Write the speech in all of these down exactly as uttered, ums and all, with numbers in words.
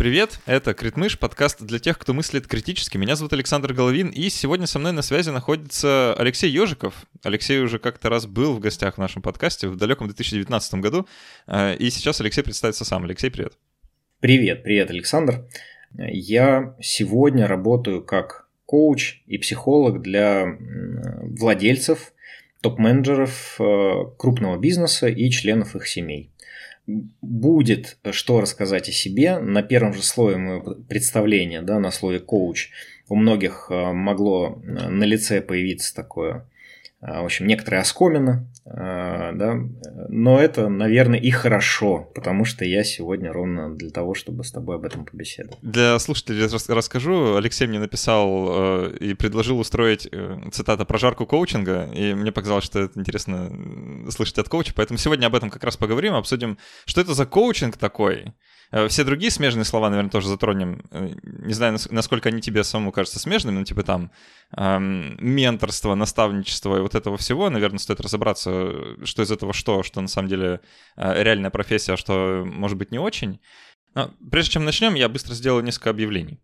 Привет, это Критмыш, подкаст для тех, кто мыслит критически. Меня зовут Александр Головин, и сегодня со мной на связи находится Алексей Ежиков. Алексей уже как-то раз был в гостях в нашем подкасте в далеком две тысячи девятнадцатом году, и сейчас Алексей представится сам. Алексей, привет. Привет, привет, Александр. Я сегодня работаю как коуч и психолог для владельцев, топ-менеджеров крупного бизнеса и членов их семей. Будет что рассказать о себе. На первом же слое моего представления, да, на слое коуч, у многих могло на лице появиться такое, в общем, некоторая оскомина, да, но это, наверное, и хорошо, потому что я сегодня ровно для того, чтобы с тобой об этом побеседовать. Для слушателей расскажу. Алексей мне написал и предложил устроить, цитата, прожарку коучинга, и мне показалось, что это интересно слышать от коуча, поэтому сегодня об этом как раз поговорим, обсудим, что это за коучинг такой. Все другие смежные слова, наверное, тоже затронем. Не знаю, насколько они тебе самому кажутся смежными, но типа там эм, менторство, наставничество и вот этого всего, наверное, стоит разобраться, что из этого что, что на самом деле э, реальная профессия, а что может быть не очень. Но прежде чем начнем, я быстро сделаю несколько объявлений.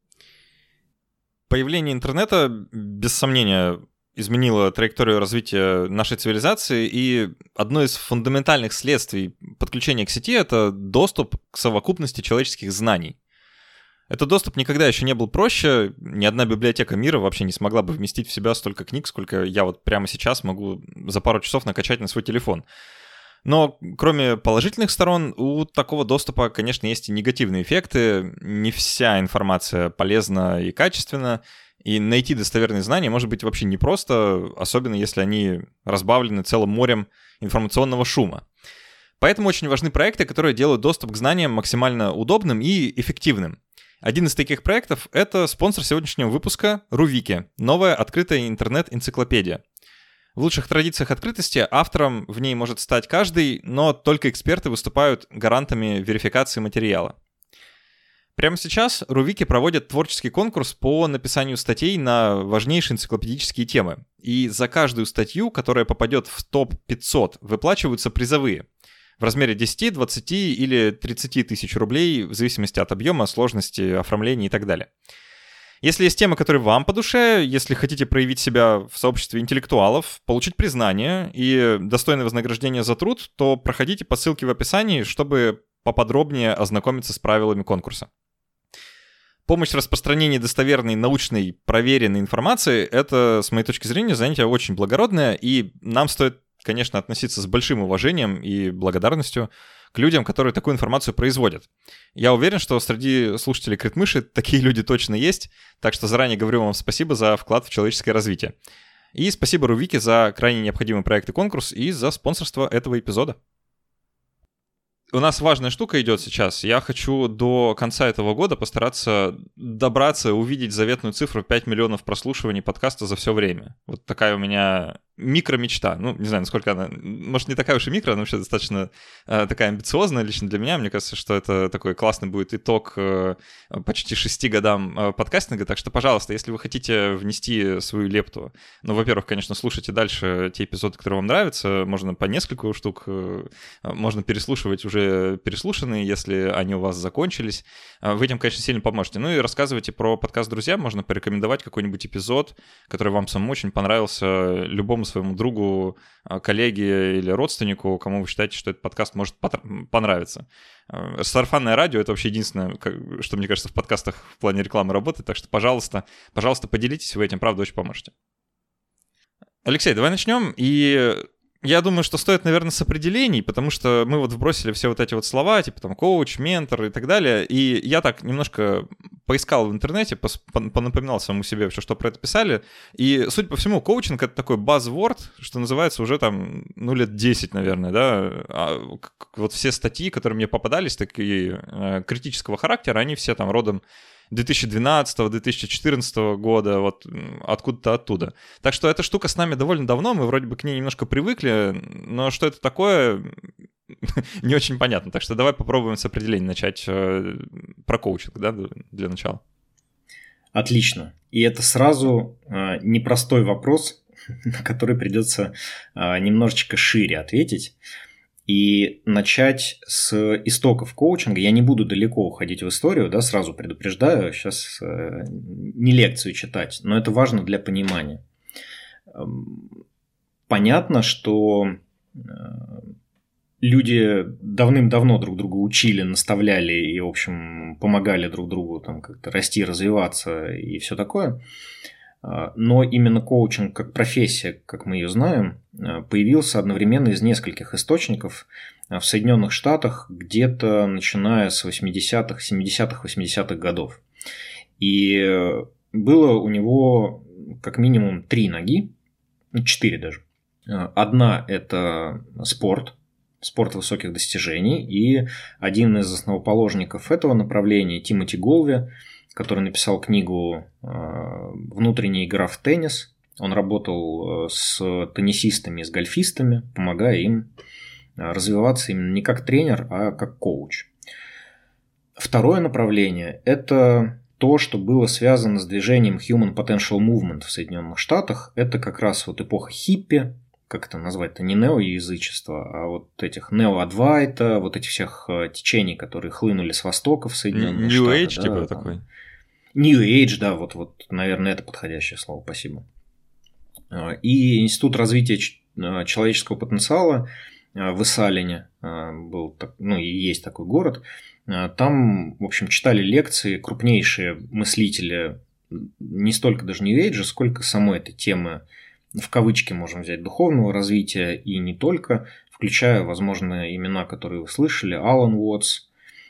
Появление интернета, без сомнения, изменила траекторию развития нашей цивилизации, и одно из фундаментальных следствий подключения к сети — это доступ к совокупности человеческих знаний. Этот доступ никогда еще не был проще, ни одна библиотека мира вообще не смогла бы вместить в себя столько книг, сколько я вот прямо сейчас могу за пару часов накачать на свой телефон. Но кроме положительных сторон, у такого доступа, конечно, есть и негативные эффекты. Не вся информация полезна и качественна, и найти достоверные знания может быть вообще непросто, особенно если они разбавлены целым морем информационного шума. Поэтому очень важны проекты, которые делают доступ к знаниям максимально удобным и эффективным. Один из таких проектов — это спонсор сегодняшнего выпуска Рувики, новая открытая интернет-энциклопедия. В лучших традициях открытости автором в ней может стать каждый, но только эксперты выступают гарантами верификации материала. Прямо сейчас Рувики проводят творческий конкурс по написанию статей на важнейшие энциклопедические темы. И за каждую статью, которая попадет в топ пятьсот, выплачиваются призовые в размере десять, двадцать или тридцать тысяч рублей, в зависимости от объема, сложности, оформления и так далее. Если есть темы, которые вам по душе, если хотите проявить себя в сообществе интеллектуалов, получить признание и достойное вознаграждение за труд, то проходите по ссылке в описании, чтобы поподробнее ознакомиться с правилами конкурса. Помощь в распространении достоверной, научной, проверенной информации — это, с моей точки зрения, занятие очень благородное, и нам стоит, конечно, относиться с большим уважением и благодарностью к людям, которые такую информацию производят. Я уверен, что среди слушателей Критмыши такие люди точно есть, так что заранее говорю вам спасибо за вклад в человеческое развитие. И спасибо Рувики за крайне необходимый проект и конкурс, и за спонсорство этого эпизода. У нас важная штука идет сейчас. Я хочу до конца этого года постараться добраться, увидеть заветную цифру пять миллионов прослушиваний подкаста за все время. Вот такая у меня микромечта. Ну, не знаю, насколько она... Может, не такая уж и микро, но вообще достаточно э, такая амбициозная лично для меня. Мне кажется, что это такой классный будет итог э, почти шести годам э, подкастинга. Так что, пожалуйста, если вы хотите внести свою лепту, ну, во-первых, конечно, слушайте дальше те эпизоды, которые вам нравятся. Можно по нескольку штук, э, можно переслушивать уже переслушанные, если они у вас закончились. Вы этим, конечно, сильно поможете. Ну и рассказывайте про подкаст друзьям. Можно порекомендовать какой-нибудь эпизод, который вам самому очень понравился, любому своему другу, коллеге или родственнику, кому вы считаете, что этот подкаст может понравиться. Сарафанное радио — это вообще единственное, что, мне кажется, в подкастах в плане рекламы работает. Так что, пожалуйста, пожалуйста, поделитесь, вы этим, правда, очень поможете. Алексей, давай начнем. И я думаю, что стоит, наверное, с определений, потому что мы вот вбросили все вот эти вот слова, типа там коуч, ментор и так далее, и я так немножко поискал в интернете, понапоминал самому себе вообще, что про это писали, и, судя по всему, коучинг — это такой buzzword, что называется уже там, ну, лет десять, наверное, да, а вот все статьи, которые мне попадались, такие критического характера, они все там родом две тысячи двенадцатого - две тысячи четырнадцатого года, вот откуда-то оттуда. Так что эта штука с нами довольно давно, мы вроде бы к ней немножко привыкли, но что это такое, не очень понятно. Так что давай попробуем с определения начать про коучинг, да, для начала. Отлично. И это сразу э, непростой вопрос, на который придется э, немножечко шире ответить. И начать с истоков коучинга, я не буду далеко уходить в историю, да, сразу предупреждаю, сейчас э, не лекцию читать, но это важно для понимания. Понятно, что э, люди давным-давно друг друга учили, наставляли и, в общем, помогали друг другу там как-то расти, развиваться и все такое. Но именно коучинг как профессия, как мы ее знаем, появился одновременно из нескольких источников в Соединенных Штатах где-то начиная с восьмидесятых, семидесятых, восьмидесятых годов. И было у него как минимум три ноги, четыре даже. Одна – это спорт, спорт высоких достижений, и один из основоположников этого направления, Тимоти Голви, который написал книгу «Внутренняя игра в теннис». Он работал с теннисистами и с гольфистами, помогая им развиваться именно не как тренер, а как коуч. Второе направление – это то, что было связано с движением Human Potential Movement в Соединенных Штатах. Это как раз вот эпоха хиппи, как это назвать-то, не неоязычество, а вот этих неоадвайта, вот этих всех течений, которые хлынули с востока в Соединенные New Штаты. Age, да, типа там. такой? New Age, да, вот, вот, наверное, это подходящее слово, спасибо. И Институт развития человеческого потенциала в Исалине был, ну и есть такой город. Там, в общем, читали лекции крупнейшие мыслители, не столько даже New Age, сколько самой этой темы, в кавычки можем взять, духовного развития и не только, включая, возможно, имена, которые вы слышали, Алан Уотс.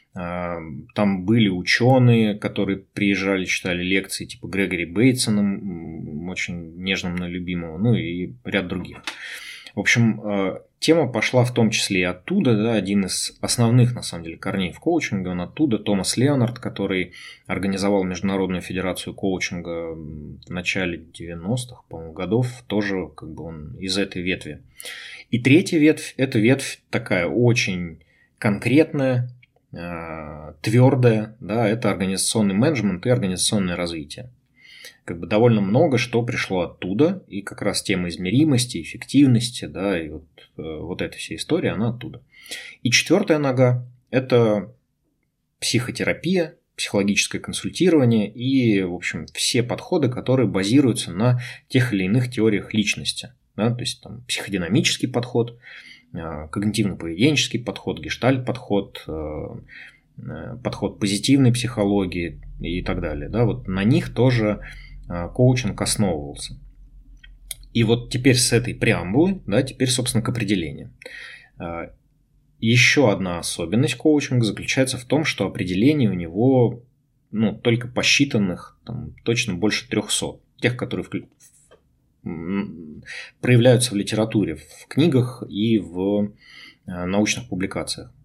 Там были ученые, которые приезжали, читали лекции, типа Грегори Бейтсона, очень нежно мной любимого, ну и ряд других. В общем, тема пошла в том числе и оттуда, да, один из основных, на самом деле, корней в коучинге, он оттуда, Томас Леонард, который организовал Международную федерацию коучинга в начале девяностых, по-моему, годов, тоже как бы он из этой ветви. И третья ветвь, это ветвь такая очень конкретная, твердая, да, это организационный менеджмент и организационное развитие. Как бы довольно много что пришло оттуда, и как раз тема измеримости, эффективности, да, и вот, вот эта вся история, она оттуда. И четвертая нога – это психотерапия, психологическое консультирование и, в общем, все подходы, которые базируются на тех или иных теориях личности, да, то есть там психодинамический подход, когнитивно-поведенческий подход, гештальт-подход, подход позитивной психологии и так далее. Да, вот на них тоже коучинг основывался. И вот теперь с этой преамбулы, да, теперь, собственно, к определению. Еще одна особенность коучинга заключается в том, что определение у него, ну, только посчитанных, там, точно больше трехсот. Тех, которые в... проявляются в литературе, в книгах и в научных публикациях.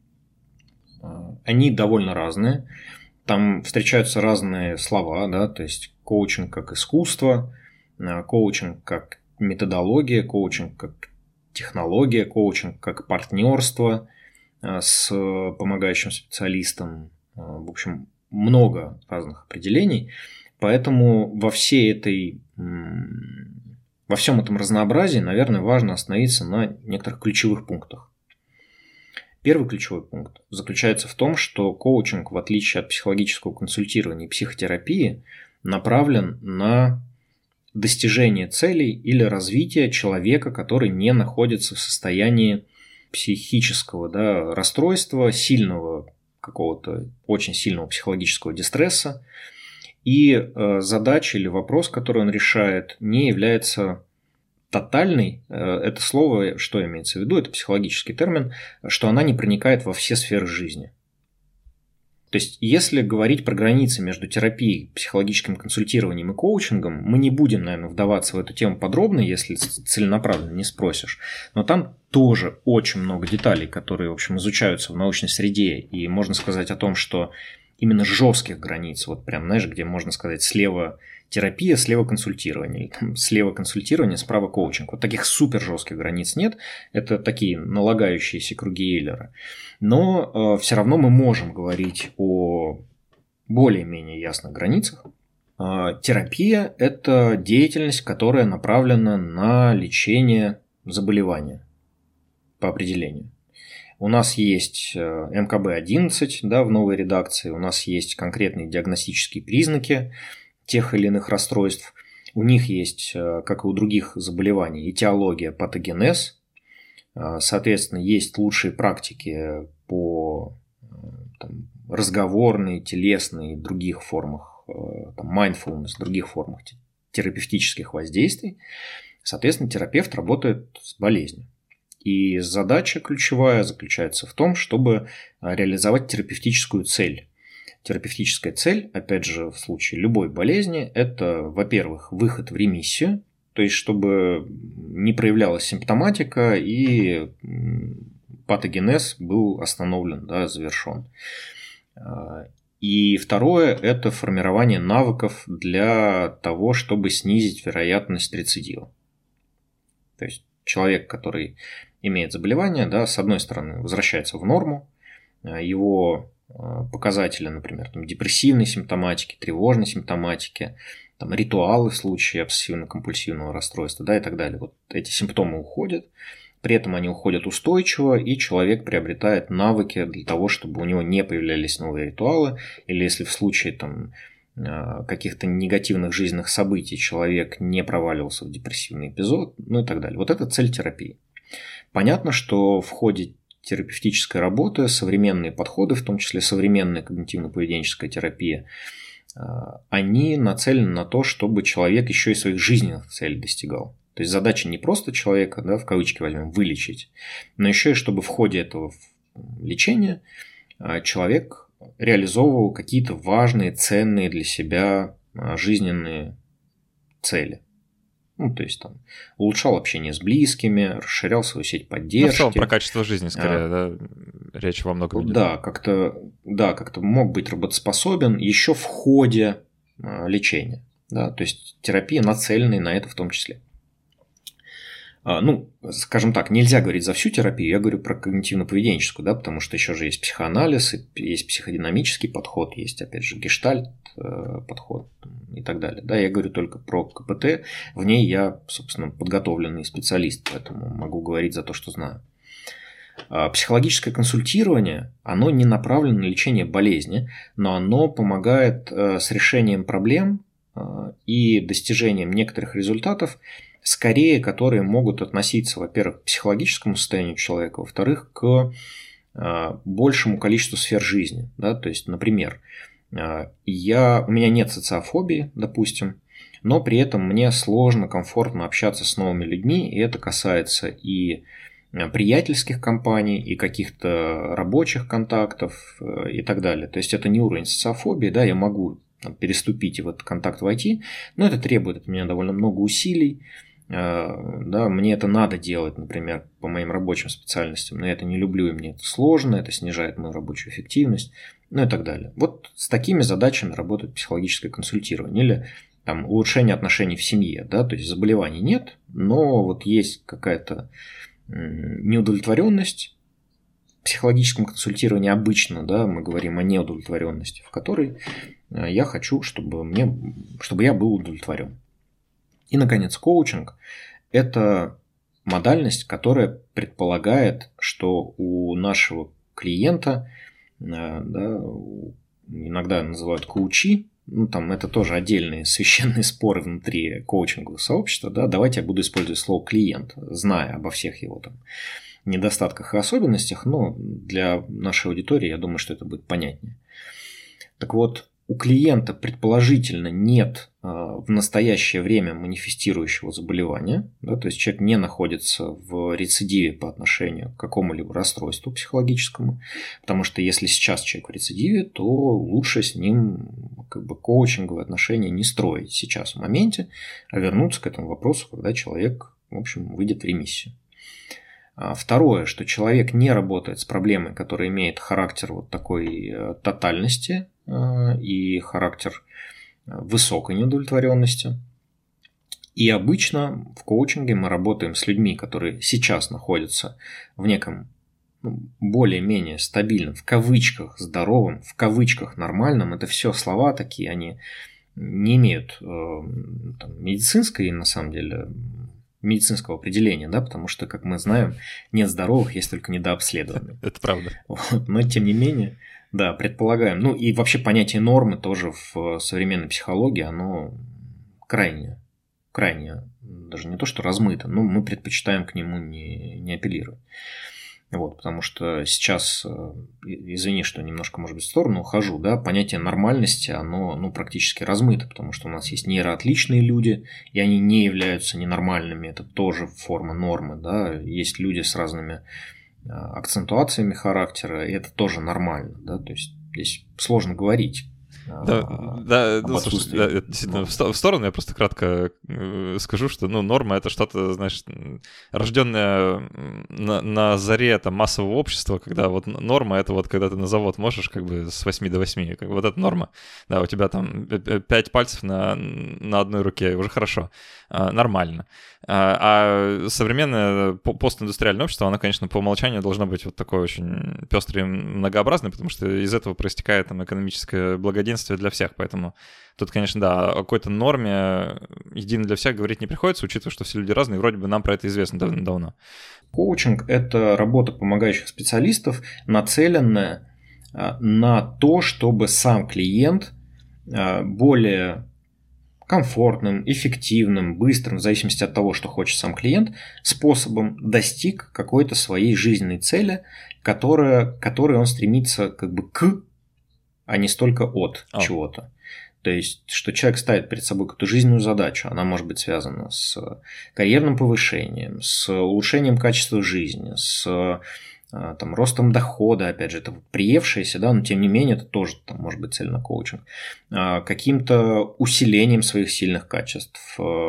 Они довольно разные. Там встречаются разные слова, да, то есть коучинг как искусство, коучинг как методология, коучинг как технология, коучинг как партнерство с помогающим специалистом. В общем, много разных определений. Поэтому во всей этой, во всем этом разнообразии, наверное, важно остановиться на некоторых ключевых пунктах. Первый ключевой пункт заключается в том, что коучинг, в отличие от психологического консультирования и психотерапии, направлен на достижение целей или развитие человека, который не находится в состоянии психического, да, расстройства, сильного какого-то очень сильного психологического дистресса. И э, задача или вопрос, который он решает, не является тотальной. Это слово, что имеется в виду, это психологический термин, что она не проникает во все сферы жизни. То есть, если говорить про границы между терапией, психологическим консультированием и коучингом, мы не будем, наверное, вдаваться в эту тему подробно, если целенаправленно не спросишь. Но там тоже очень много деталей, которые, в общем, изучаются в научной среде. И можно сказать о том, что именно жестких границ, вот прям, знаешь, где можно сказать слева терапия, слева консультирование, или там слева консультирование, справа коучинг. Вот таких супер жестких границ нет. Это такие налагающиеся круги Эйлера. Но э, все равно мы можем говорить о более-менее ясных границах. Э, терапия – это деятельность, которая направлена на лечение заболевания по определению. У нас есть эм ка бэ одиннадцать, да, в новой редакции, у нас есть конкретные диагностические признаки тех или иных расстройств. У них есть, как и у других заболеваний, этиология, патогенез. Соответственно, есть лучшие практики по там, разговорной, телесной и других формах, там, mindfulness, других формах терапевтических воздействий. Соответственно, терапевт работает с болезнью. И задача ключевая заключается в том, чтобы реализовать терапевтическую цель. Терапевтическая цель, опять же, в случае любой болезни, это, во-первых, выход в ремиссию, то есть чтобы не проявлялась симптоматика и патогенез был остановлен, да, завершен. И второе – это формирование навыков для того, чтобы снизить вероятность рецидива. То есть человек, который имеет заболевание, да, с одной стороны, возвращается в норму, его показатели, например, там, депрессивной симптоматики, тревожной симптоматики, там, ритуалы в случае обсессивно-компульсивного расстройства, да, и так далее. Вот эти симптомы уходят, при этом они уходят устойчиво, и человек приобретает навыки для того, чтобы у него не появлялись новые ритуалы, или если в случае там, каких-то негативных жизненных событий человек не проваливался в депрессивный эпизод, ну и так далее. Вот это цель терапии. Понятно, что в ходе терапевтической работы современные подходы, в том числе современная когнитивно-поведенческая терапия, они нацелены на то, чтобы человек еще и своих жизненных целей достигал. То есть задача не просто человека, да, в кавычки возьмем, вылечить, но еще и чтобы в ходе этого лечения человек реализовывал какие-то важные, ценные для себя жизненные цели. Ну, то есть, там, улучшал общение с близкими, расширял свою сеть поддержки. Ну, в целом про качество жизни, скорее, а, да, речь во многом идет. Да, как-то, да, как-то мог быть работоспособен еще в ходе лечения. Да, то есть, терапия нацелена на это в том числе. Ну, скажем так, нельзя говорить за всю терапию, я говорю про когнитивно-поведенческую, да, потому что еще же есть психоанализ, есть психодинамический подход, есть, опять же, гештальт подход и так далее. Да, я говорю только про ка пэ тэ, в ней я, собственно, подготовленный специалист, поэтому могу говорить за то, что знаю. Психологическое консультирование, оно не направлено на лечение болезни, но оно помогает с решением проблем и достижением некоторых результатов, скорее, которые могут относиться, во-первых, к психологическому состоянию человека, во-вторых, к большему количеству сфер жизни. Да? То есть, например, я, у меня нет социофобии, допустим, но при этом мне сложно, комфортно общаться с новыми людьми, и это касается и приятельских компаний, и каких-то рабочих контактов и так далее. То есть, это не уровень социофобии, да, я могу там, переступить и в этот контакт войти, но это требует от меня довольно много усилий. Да, мне это надо делать, например, по моим рабочим специальностям, но я это не люблю, и мне это сложно, это снижает мою рабочую эффективность, ну и так далее. Вот с такими задачами работает психологическое консультирование или там, улучшение отношений в семье, да, то есть заболеваний нет, но вот есть какая-то неудовлетворенность. В психологическом консультировании обычно, да, мы говорим о неудовлетворенности, в которой я хочу, чтобы, мне, чтобы я был удовлетворен. И, наконец, коучинг – это модальность, которая предполагает, что у нашего клиента, да, иногда называют коучи, ну, там это тоже отдельные священные споры внутри коучингового сообщества, да, давайте я буду использовать слово «клиент», зная обо всех его там недостатках и особенностях, но для нашей аудитории, я думаю, что это будет понятнее. Так вот, у клиента предположительно нет в настоящее время манифестирующего заболевания, да, то есть человек не находится в рецидиве по отношению к какому-либо расстройству психологическому, потому что если сейчас человек в рецидиве, то лучше с ним как бы коучинговые отношения не строить сейчас в моменте, а вернуться к этому вопросу, когда человек, в общем, выйдет в ремиссию. Второе, что человек не работает с проблемой, которая имеет характер вот такой тотальности и характер высокой неудовлетворенности. И обычно в коучинге мы работаем с людьми, которые сейчас находятся в неком ну, более-менее стабильном, в кавычках здоровом, в кавычках нормальном. Это все слова такие, они не имеют э, там, медицинской, на самом деле, медицинского определения, да, потому что, как мы знаем, нет здоровых, есть только недообследованные. Это правда. Вот. Но, тем не менее, да, предполагаем. Ну, и вообще понятие нормы тоже в современной психологии, оно крайне, крайне, даже не то, что размыто, но мы предпочитаем к нему не, не апеллировать. Вот, потому что сейчас, извини, что немножко, может быть, в сторону ухожу, да, понятие нормальности, оно, ну, практически размыто, потому что у нас есть нейроотличные люди, и они не являются ненормальными, это тоже форма нормы, да, есть люди с разными акцентуациями характера, и это тоже нормально, да, то есть здесь сложно говорить. Да, да, ну, слушай, да, действительно, в сторону я просто кратко скажу, что, ну, норма — это что-то, знаешь, рожденное на, на заре там, массового общества, когда вот норма — это вот когда ты на завод можешь как бы с восьми до восьми, как бы вот это норма, да, у тебя там пять пальцев на, на одной руке, уже хорошо, нормально. А современное постиндустриальное общество, оно, конечно, по умолчанию должно быть вот такое очень пестрое и многообразное, потому что из этого проистекает там экономическое благоденствие для всех, поэтому тут, конечно, да, о какой-то норме единой для всех говорить не приходится, учитывая, что все люди разные, вроде бы нам про это известно давно. Коучинг – это работа помогающих специалистов, нацеленная на то, чтобы сам клиент более комфортным, эффективным, быстрым, в зависимости от того, что хочет сам клиент, способом достиг какой-то своей жизненной цели, которая, которой он стремится как бы к, а не столько от oh. чего-то. То есть, что человек ставит перед собой какую-то жизненную задачу, она может быть связана с карьерным повышением, с улучшением качества жизни, с там, ростом дохода, опять же, это приевшееся, да, но тем не менее это тоже там, может быть цель на коучинг, каким-то усилением своих сильных качеств,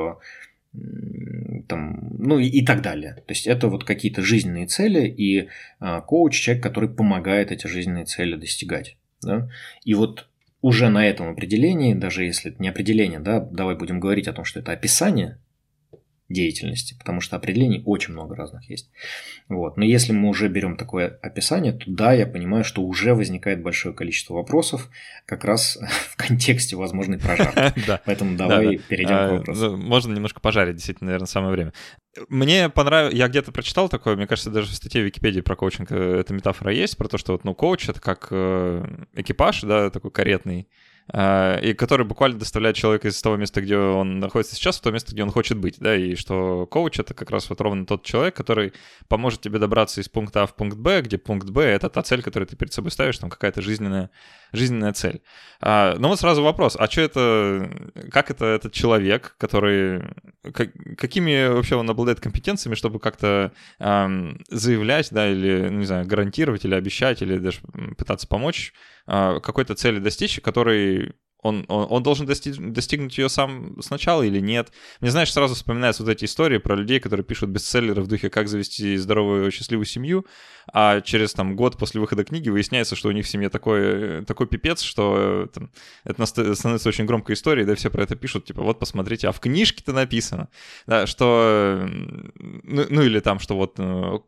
там, ну и, и так далее. То есть это вот какие-то жизненные цели, и коуч – человек, который помогает эти жизненные цели достигать. Да? И вот уже на этом определении, даже если это не определение, да, давай будем говорить о том, что это описание деятельности, потому что определений очень много разных есть. Вот. Но если мы уже берем такое описание, то да, я понимаю, что уже возникает большое количество вопросов как раз в контексте возможной прожарки. Поэтому давай перейдем к вопросу. Можно немножко пожарить, действительно, наверное, самое время. Мне понравилось, я где-то прочитал такое, мне кажется, даже в статье в Википедии про коучинг эта метафора есть, про то, что вот, ну, коуч — это как экипаж, да, такой каретный, и который буквально доставляет человека из того места, где он находится сейчас, в то место, где он хочет быть, да, и что коуч — это как раз вот ровно тот человек, который поможет тебе добраться из пункта А в пункт Б, где пункт Б — это та цель, которую ты перед собой ставишь, там какая-то жизненная, жизненная цель. А, ну вот сразу вопрос, а что это, как это этот человек, который, как, какими вообще он обладает компетенциями, чтобы как-то эм, заявлять, да, или, не знаю, гарантировать, или обещать, или даже пытаться помочь какой-то цели достичь, который он, он, он должен достиг, достигнуть ее сам сначала или нет. Мне, знаешь, сразу вспоминаются вот эти истории про людей, которые пишут бестселлеры в духе «Как завести здоровую, счастливую семью», а через там, год после выхода книги выясняется, что у них в семье такой, такой пипец, что там, это становится очень громкой историей, да, все про это пишут, типа, вот посмотрите, а в книжке-то написано, да, что, ну, ну или там, что вот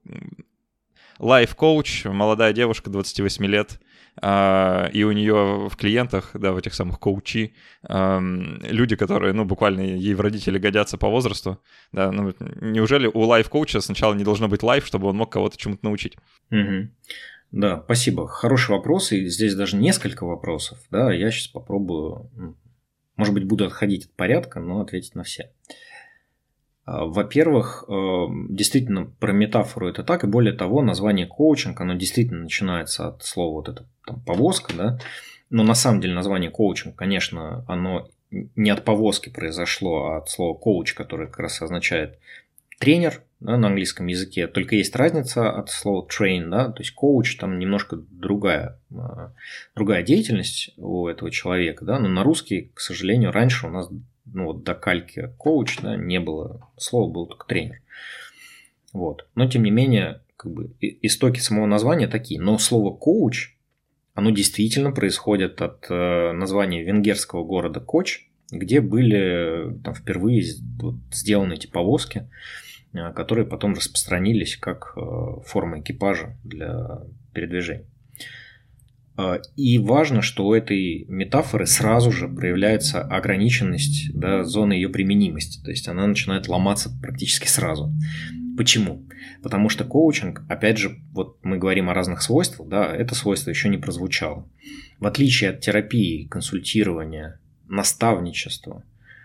лайф-коуч, молодая девушка, двадцати восьми лет, Uh, и у нее в клиентах, да, в этих самых коучи, uh, люди, которые, ну, буквально ей в родители годятся по возрасту, да, ну, неужели у лайф-коуча сначала не должно быть лайф, чтобы он мог кого-то чему-то научить? Угу. Да, спасибо. Хороший вопрос, и здесь даже несколько вопросов, да, я сейчас попробую, может быть, буду отходить от порядка, но ответить на все. Во-первых, действительно, про метафору это так, и более того, название коучинг, оно действительно начинается от слова вот это там, повозка, да, но на самом деле название коучинг, конечно, оно не от повозки произошло, а от слова коуч, которое как раз означает тренер, да, на английском языке, только есть разница от слова train, да, то есть коуч там немножко другая, другая деятельность у этого человека, да, но на русский, к сожалению, раньше у нас ну вот до кальки коуч, да, не было слова, был только тренер. Вот. Но тем не менее, как бы истоки самого названия такие. Но слово коуч, оно действительно происходит от э, названия венгерского города Коч, где были там, впервые вот, сделаны эти повозки, э, которые потом распространились как э, форма экипажа для передвижения. И важно, что у этой метафоры сразу же проявляется ограниченность, да, зоны ее применимости. То есть она начинает ломаться практически сразу. Почему? Потому что коучинг, опять же, вот мы говорим о разных свойствах, да, это свойство еще не прозвучало. В отличие от терапии, консультирования, наставничества,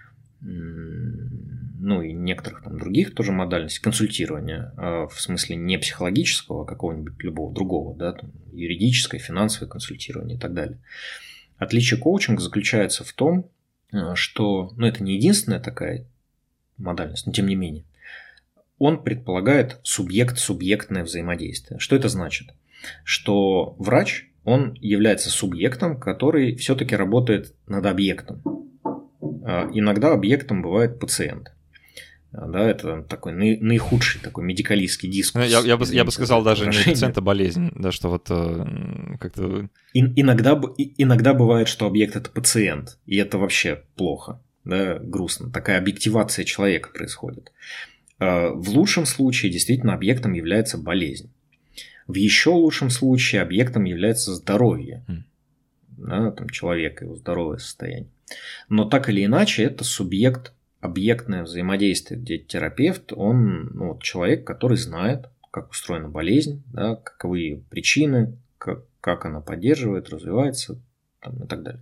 ну и некоторых там других тоже модальностей консультирования, в смысле не психологического, а какого-нибудь любого другого, да, там, юридическое, финансовое консультирование и так далее. Отличие коучинга заключается в том, что, ну это не единственная такая модальность, но тем не менее, он предполагает субъект-субъектное взаимодействие. Что это значит? Что врач, он является субъектом, который все-таки работает над объектом. Иногда объектом бывает пациент. Да, это такой наихудший такой медикалистский дискурс. Я, я, бы, я бы сказал даже не пациент, а болезнь. Да, что вот как-то... И, иногда, иногда бывает, что объект – это пациент. И это вообще плохо, да, грустно. Такая объективация человека происходит. В лучшем случае действительно объектом является болезнь. В еще лучшем случае объектом является здоровье, mm. да, там, человека, его здоровое состояние. Но так или иначе это субъект-объектное взаимодействие, где терапевт, он ну, вот человек, который знает, как устроена болезнь, да, каковы ее причины, как, как она поддерживает, развивается там, и так далее.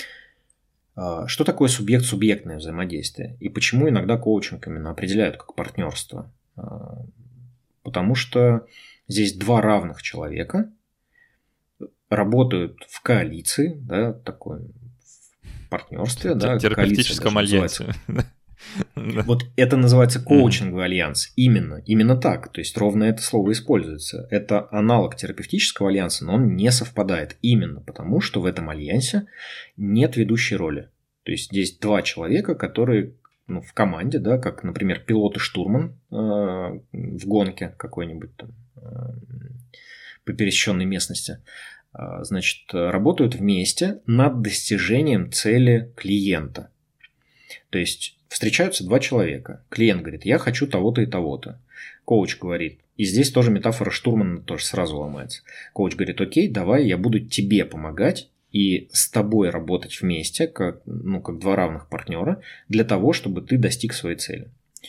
Что такое субъект-субъектное взаимодействие? И почему иногда коучинг именно определяют как партнерство? Потому что здесь два равных человека работают в коалиции, да, такой партнерстве, да, терапевтическом альянсе. Вот это называется коучинговый альянс. Именно, именно так. То есть ровно это слово используется. Это аналог терапевтического альянса, но он не совпадает. Именно потому, что в этом альянсе нет ведущей роли. То есть здесь два человека, которые ну, в команде, да, как, например, пилот и штурман э, в гонке какой-нибудь там э, по пересеченной местности, э, значит, работают вместе над достижением цели клиента. То есть встречаются два человека. Клиент говорит, я хочу того-то и того-то. Коуч говорит, и здесь тоже метафора штурмана тоже сразу ломается. Коуч говорит, окей, давай я буду тебе помогать и с тобой работать вместе, как, ну, как два равных партнера, для того, чтобы ты достиг своей цели.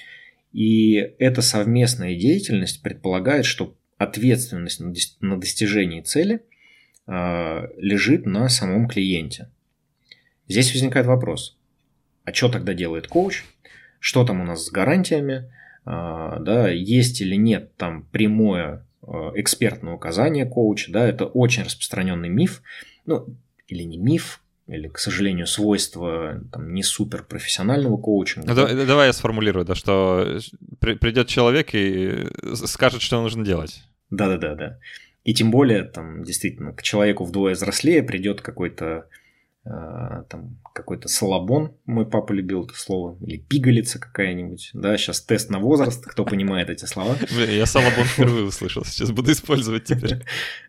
И эта совместная деятельность предполагает, что ответственность на достижение цели э, лежит на самом клиенте. Здесь возникает вопрос. А что тогда делает коуч? Что там у нас с гарантиями? А, да, есть или нет там прямое экспертное указание коуча? Да, это очень распространенный миф. Ну, или не миф, или, к сожалению, свойство там, не суперпрофессионального коучинга. Ну, да? Давай я сформулирую, да, что придет человек и скажет, что нужно делать. Да-да-да. да. И тем более, там, действительно, к человеку вдвое взрослее придет какой-то там какой-то салабон, мой папа любил это слово, или пигалица какая-нибудь, да, сейчас тест на возраст, кто понимает эти слова. Блин, я салабон впервые услышал, сейчас буду использовать теперь.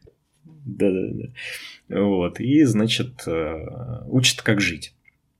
Да-да-да. Вот, и, значит, учат, как жить.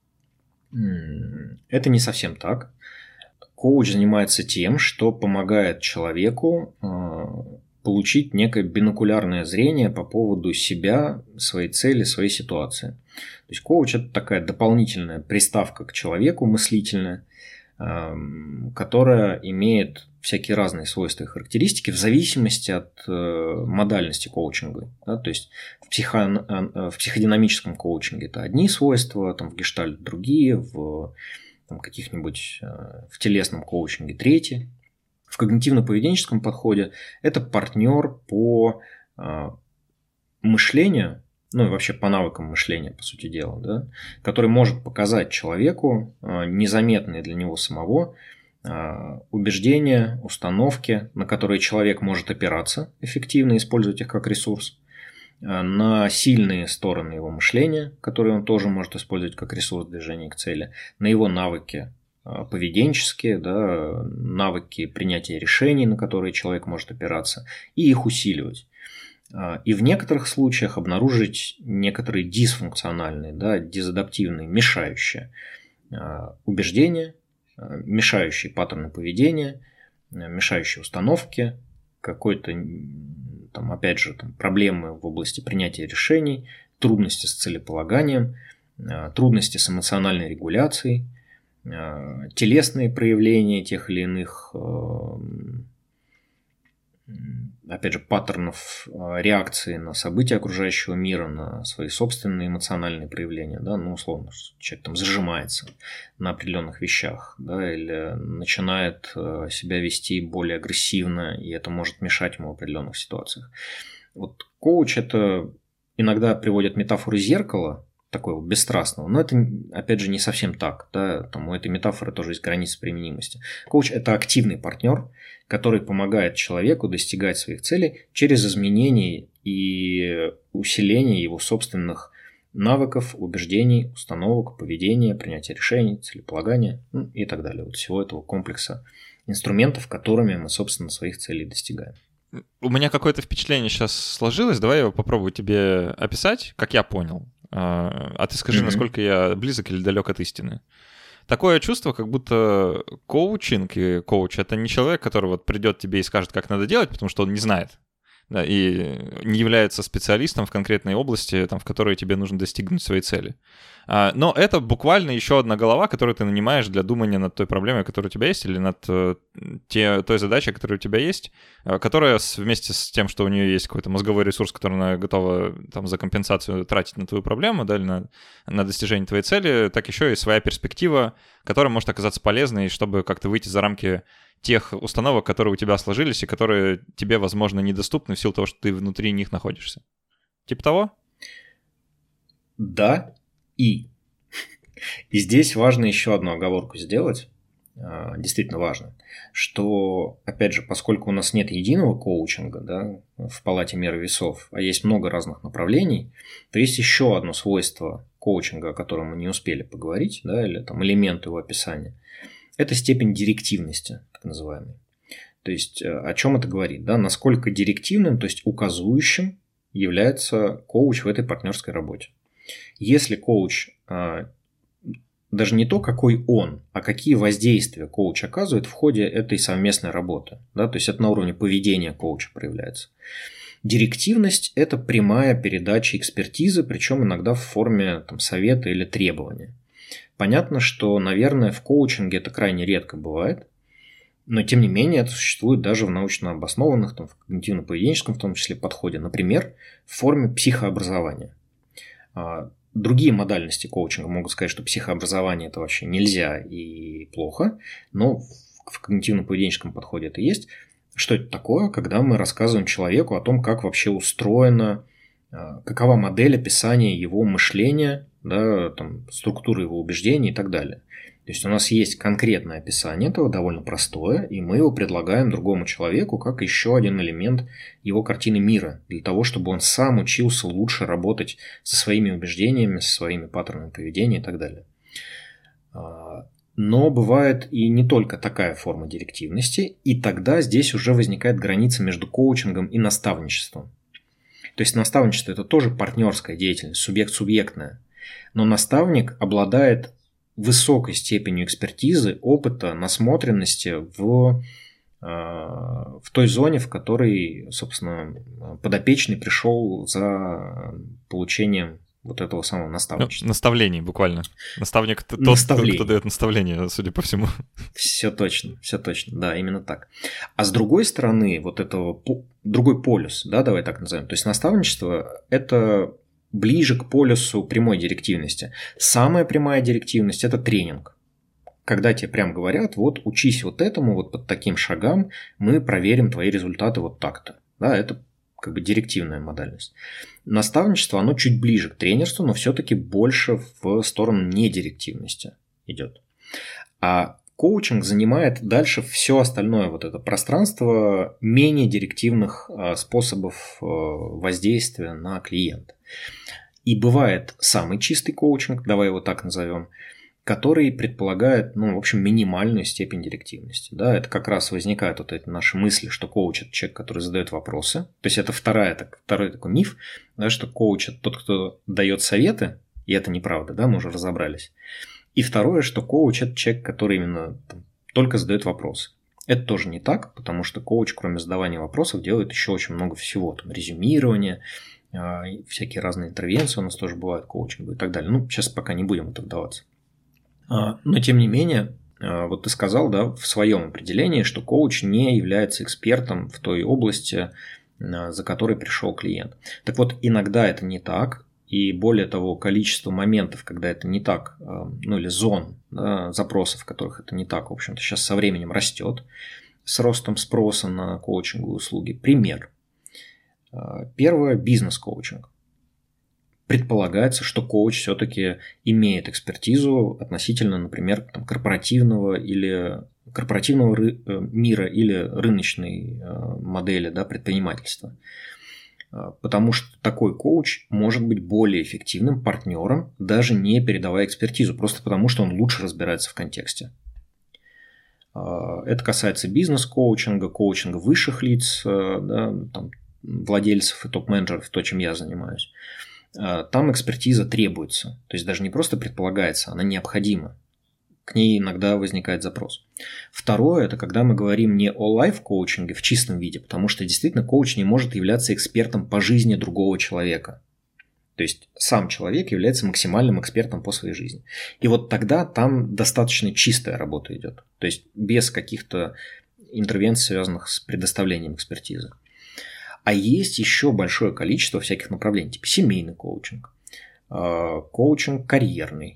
Это не совсем так. Коуч занимается тем, что помогает человеку получить некое бинокулярное зрение по поводу себя, своей цели, своей ситуации. То есть коуч – это такая дополнительная приставка к человеку, мыслительная, которая имеет всякие разные свойства и характеристики в зависимости от модальности коучинга. Да? То есть в, психо... в психодинамическом коучинге это одни свойства, там, в гештальт другие, в там, каких-нибудь в телесном коучинге третьи. В когнитивно-поведенческом подходе это партнер по э, мышлению, ну и вообще по навыкам мышления, по сути дела, да, который может показать человеку э, незаметные для него самого э, убеждения, установки, на которые человек может опираться эффективно, использовать их как ресурс, э, на сильные стороны его мышления, которые он тоже может использовать как ресурс движения к цели, на его навыки поведенческие, да, навыки принятия решений, на которые человек может опираться, и их усиливать. И в некоторых случаях обнаружить некоторые дисфункциональные, да, дезадаптивные, мешающие убеждения, мешающие паттерны поведения, мешающие установки, какой-то там, опять же, там, проблемы в области принятия решений, трудности с целеполаганием, трудности с эмоциональной регуляцией, телесные проявления тех или иных, опять же, паттернов реакции на события окружающего мира, на свои собственные эмоциональные проявления, да, ну, условно, человек там зажимается на определенных вещах, да, или начинает себя вести более агрессивно, и это может мешать ему в определенных ситуациях. Вот коуч это иногда приводит метафору зеркала, такого бесстрастного, но это, опять же, не совсем так, да, там у этой метафоры тоже есть границы применимости. Коуч – это активный партнер, который помогает человеку достигать своих целей через изменение и усиление его собственных навыков, убеждений, установок, поведения, принятия решений, целеполагания, ну, и так далее. Вот всего этого комплекса инструментов, которыми мы, собственно, своих целей достигаем. У меня какое-то впечатление сейчас сложилось, давай я его попробую тебе описать, как я понял. А ты скажи, mm-hmm. насколько я близок или далек от истины. Такое чувство, как будто коучинг и коуч — это не человек, который вот придет тебе и скажет, как надо делать, потому что он не знает, да, и не является специалистом в конкретной области, там, в которой тебе нужно достигнуть своей цели. Но это буквально еще одна голова, которую ты нанимаешь для думания над той проблемой, которая у тебя есть, или над те, той задачей, которая у тебя есть, которая вместе с тем, что у нее есть какой-то мозговой ресурс, который она готова там, за компенсацию тратить на твою проблему, да, или на, на достижение твоей цели, так еще и своя перспектива, которая может оказаться полезной, чтобы как-то выйти за рамки тех установок, которые у тебя сложились и которые тебе, возможно, недоступны в силу того, что ты внутри них находишься. Типа того? Да. И. И здесь важно еще одну оговорку сделать, действительно важно, что, опять же, поскольку у нас нет единого коучинга, да, в палате меры весов, а есть много разных направлений, то есть еще одно свойство коучинга, о котором мы не успели поговорить, да, или там элемент его описания, это степень директивности, так называемой. То есть о чем это говорит, да, насколько директивным, то есть указующим является коуч в этой партнерской работе. Если коуч, даже не то, какой он, а какие воздействия коуч оказывает в ходе этой совместной работы, да, то есть это на уровне поведения коуча проявляется. Директивность – это прямая передача экспертизы, причем иногда в форме там, совета или требования. Понятно, что, наверное, в коучинге это крайне редко бывает, но тем не менее это существует даже в научно обоснованных, там, в когнитивно-поведенческом в том числе подходе, например, в форме психообразования. Другие модальности коучинга могут сказать, что психообразование это вообще нельзя и плохо, но в когнитивно-поведенческом подходе это есть. Что это такое, когда мы рассказываем человеку о том, как вообще устроена, какова модель описания его мышления, да, там, структуры его убеждений и так далее. То есть у нас есть конкретное описание этого, довольно простое, и мы его предлагаем другому человеку как еще один элемент его картины мира, для того, чтобы он сам учился лучше работать со своими убеждениями, со своими паттернами поведения и так далее. Но бывает и не только такая форма директивности, и тогда здесь уже возникает граница между коучингом и наставничеством. То есть наставничество – это тоже партнерская деятельность, субъект-субъектная, но наставник обладает высокой степенью экспертизы, опыта, насмотренности в, в той зоне, в которой, собственно, подопечный пришел за получением вот этого самого наставничества. Ну, наставлений буквально. Наставник – тот, Наставление. кто дает наставления, судя по всему. Все точно, все точно, да, именно так. А с другой стороны, вот этого, другой полюс, да, давай так назовем, то есть наставничество – это ближе к полюсу прямой директивности. Самая прямая директивность – это тренинг. Когда тебе прям говорят, вот учись вот этому, вот под таким шагам, мы проверим твои результаты вот так-то. Да, это как бы директивная модальность. Наставничество, оно чуть ближе к тренерству, но все-таки больше в сторону недирективности идет. А коучинг занимает дальше все остальное вот это пространство менее директивных способов воздействия на клиента. И бывает самый чистый коучинг, давай его так назовем, который предполагает, ну, в общем, минимальную степень директивности. Да, это как раз возникают вот эти наши мысли, что коуч – это человек, который задает вопросы. То есть это вторая, так, второй такой миф, да, что коуч – это тот, кто дает советы, и это неправда, да, мы уже разобрались. И второе, что коуч – это человек, который именно там, только задает вопросы. Это тоже не так, потому что коуч, кроме задавания вопросов, делает еще очень много всего. Там резюмирование, всякие разные интервенции у нас тоже бывают, коучинг и так далее. Ну, сейчас пока не будем в это вдаваться. Но, тем не менее, вот ты сказал, да, в своем определении, что коуч не является экспертом в той области, за которой пришел клиент. Так вот, иногда это не так, и более того, количество моментов, когда это не так, ну или зон, да, запросов, в которых это не так, в общем-то, сейчас со временем растет с ростом спроса на коучинговые услуги. Пример. Первое – бизнес-коучинг. Предполагается, что коуч все-таки имеет экспертизу относительно, например, там, корпоративного или корпоративного ры- мира или рыночной модели, да, предпринимательства. Потому что такой коуч может быть более эффективным партнером, даже не передавая экспертизу, просто потому что он лучше разбирается в контексте. Это касается бизнес-коучинга, коучинга высших лиц, да, там, владельцев и топ-менеджеров, то, чем я занимаюсь. Там экспертиза требуется, то есть даже не просто предполагается, она необходима. К ней иногда возникает запрос. Второе – это когда мы говорим не о лайф-коучинге в чистом виде, потому что действительно коуч не может являться экспертом по жизни другого человека. То есть сам человек является максимальным экспертом по своей жизни. И вот тогда там достаточно чистая работа идет, то есть без каких-то интервенций, связанных с предоставлением экспертизы. А есть еще большое количество всяких направлений, типа семейный коучинг, коучинг карьерный.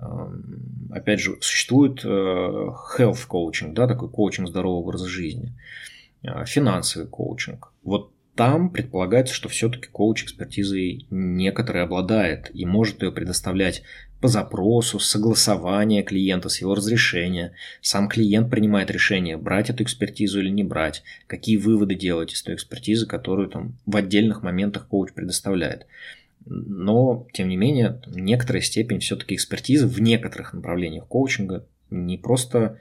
Опять же, существует health коучинг, да, такой коучинг здорового образа жизни, финансовый коучинг. Вот там предполагается, что все-таки коуч экспертизой некоторые обладает и может ее предоставлять по запросу, согласования клиента с его разрешения. Сам клиент принимает решение, брать эту экспертизу или не брать, какие выводы делать из той экспертизы, которую там в отдельных моментах коуч предоставляет. Но, тем не менее, некоторая степень все-таки экспертизы в некоторых направлениях коучинга не просто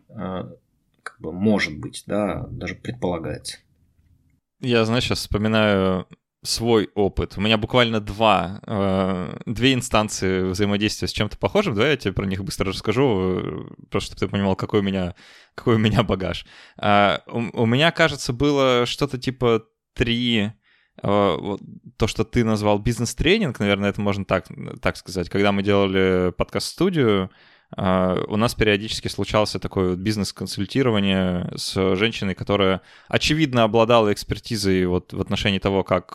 как бы может быть, да, даже предполагается. Я, знаешь, сейчас вспоминаю свой опыт. У меня буквально два, э, две инстанции взаимодействия с чем-то похожим. Давай я тебе про них быстро расскажу, просто чтобы ты понимал, какой у меня, какой у меня багаж. А, у, у меня, кажется, было что-то типа три... Вот, то, что ты назвал бизнес-тренинг, наверное, это можно так, так сказать. Когда мы делали подкаст-студию, у нас периодически случался такое вот бизнес-консультирование с женщиной, которая, очевидно, обладала экспертизой вот в отношении того, как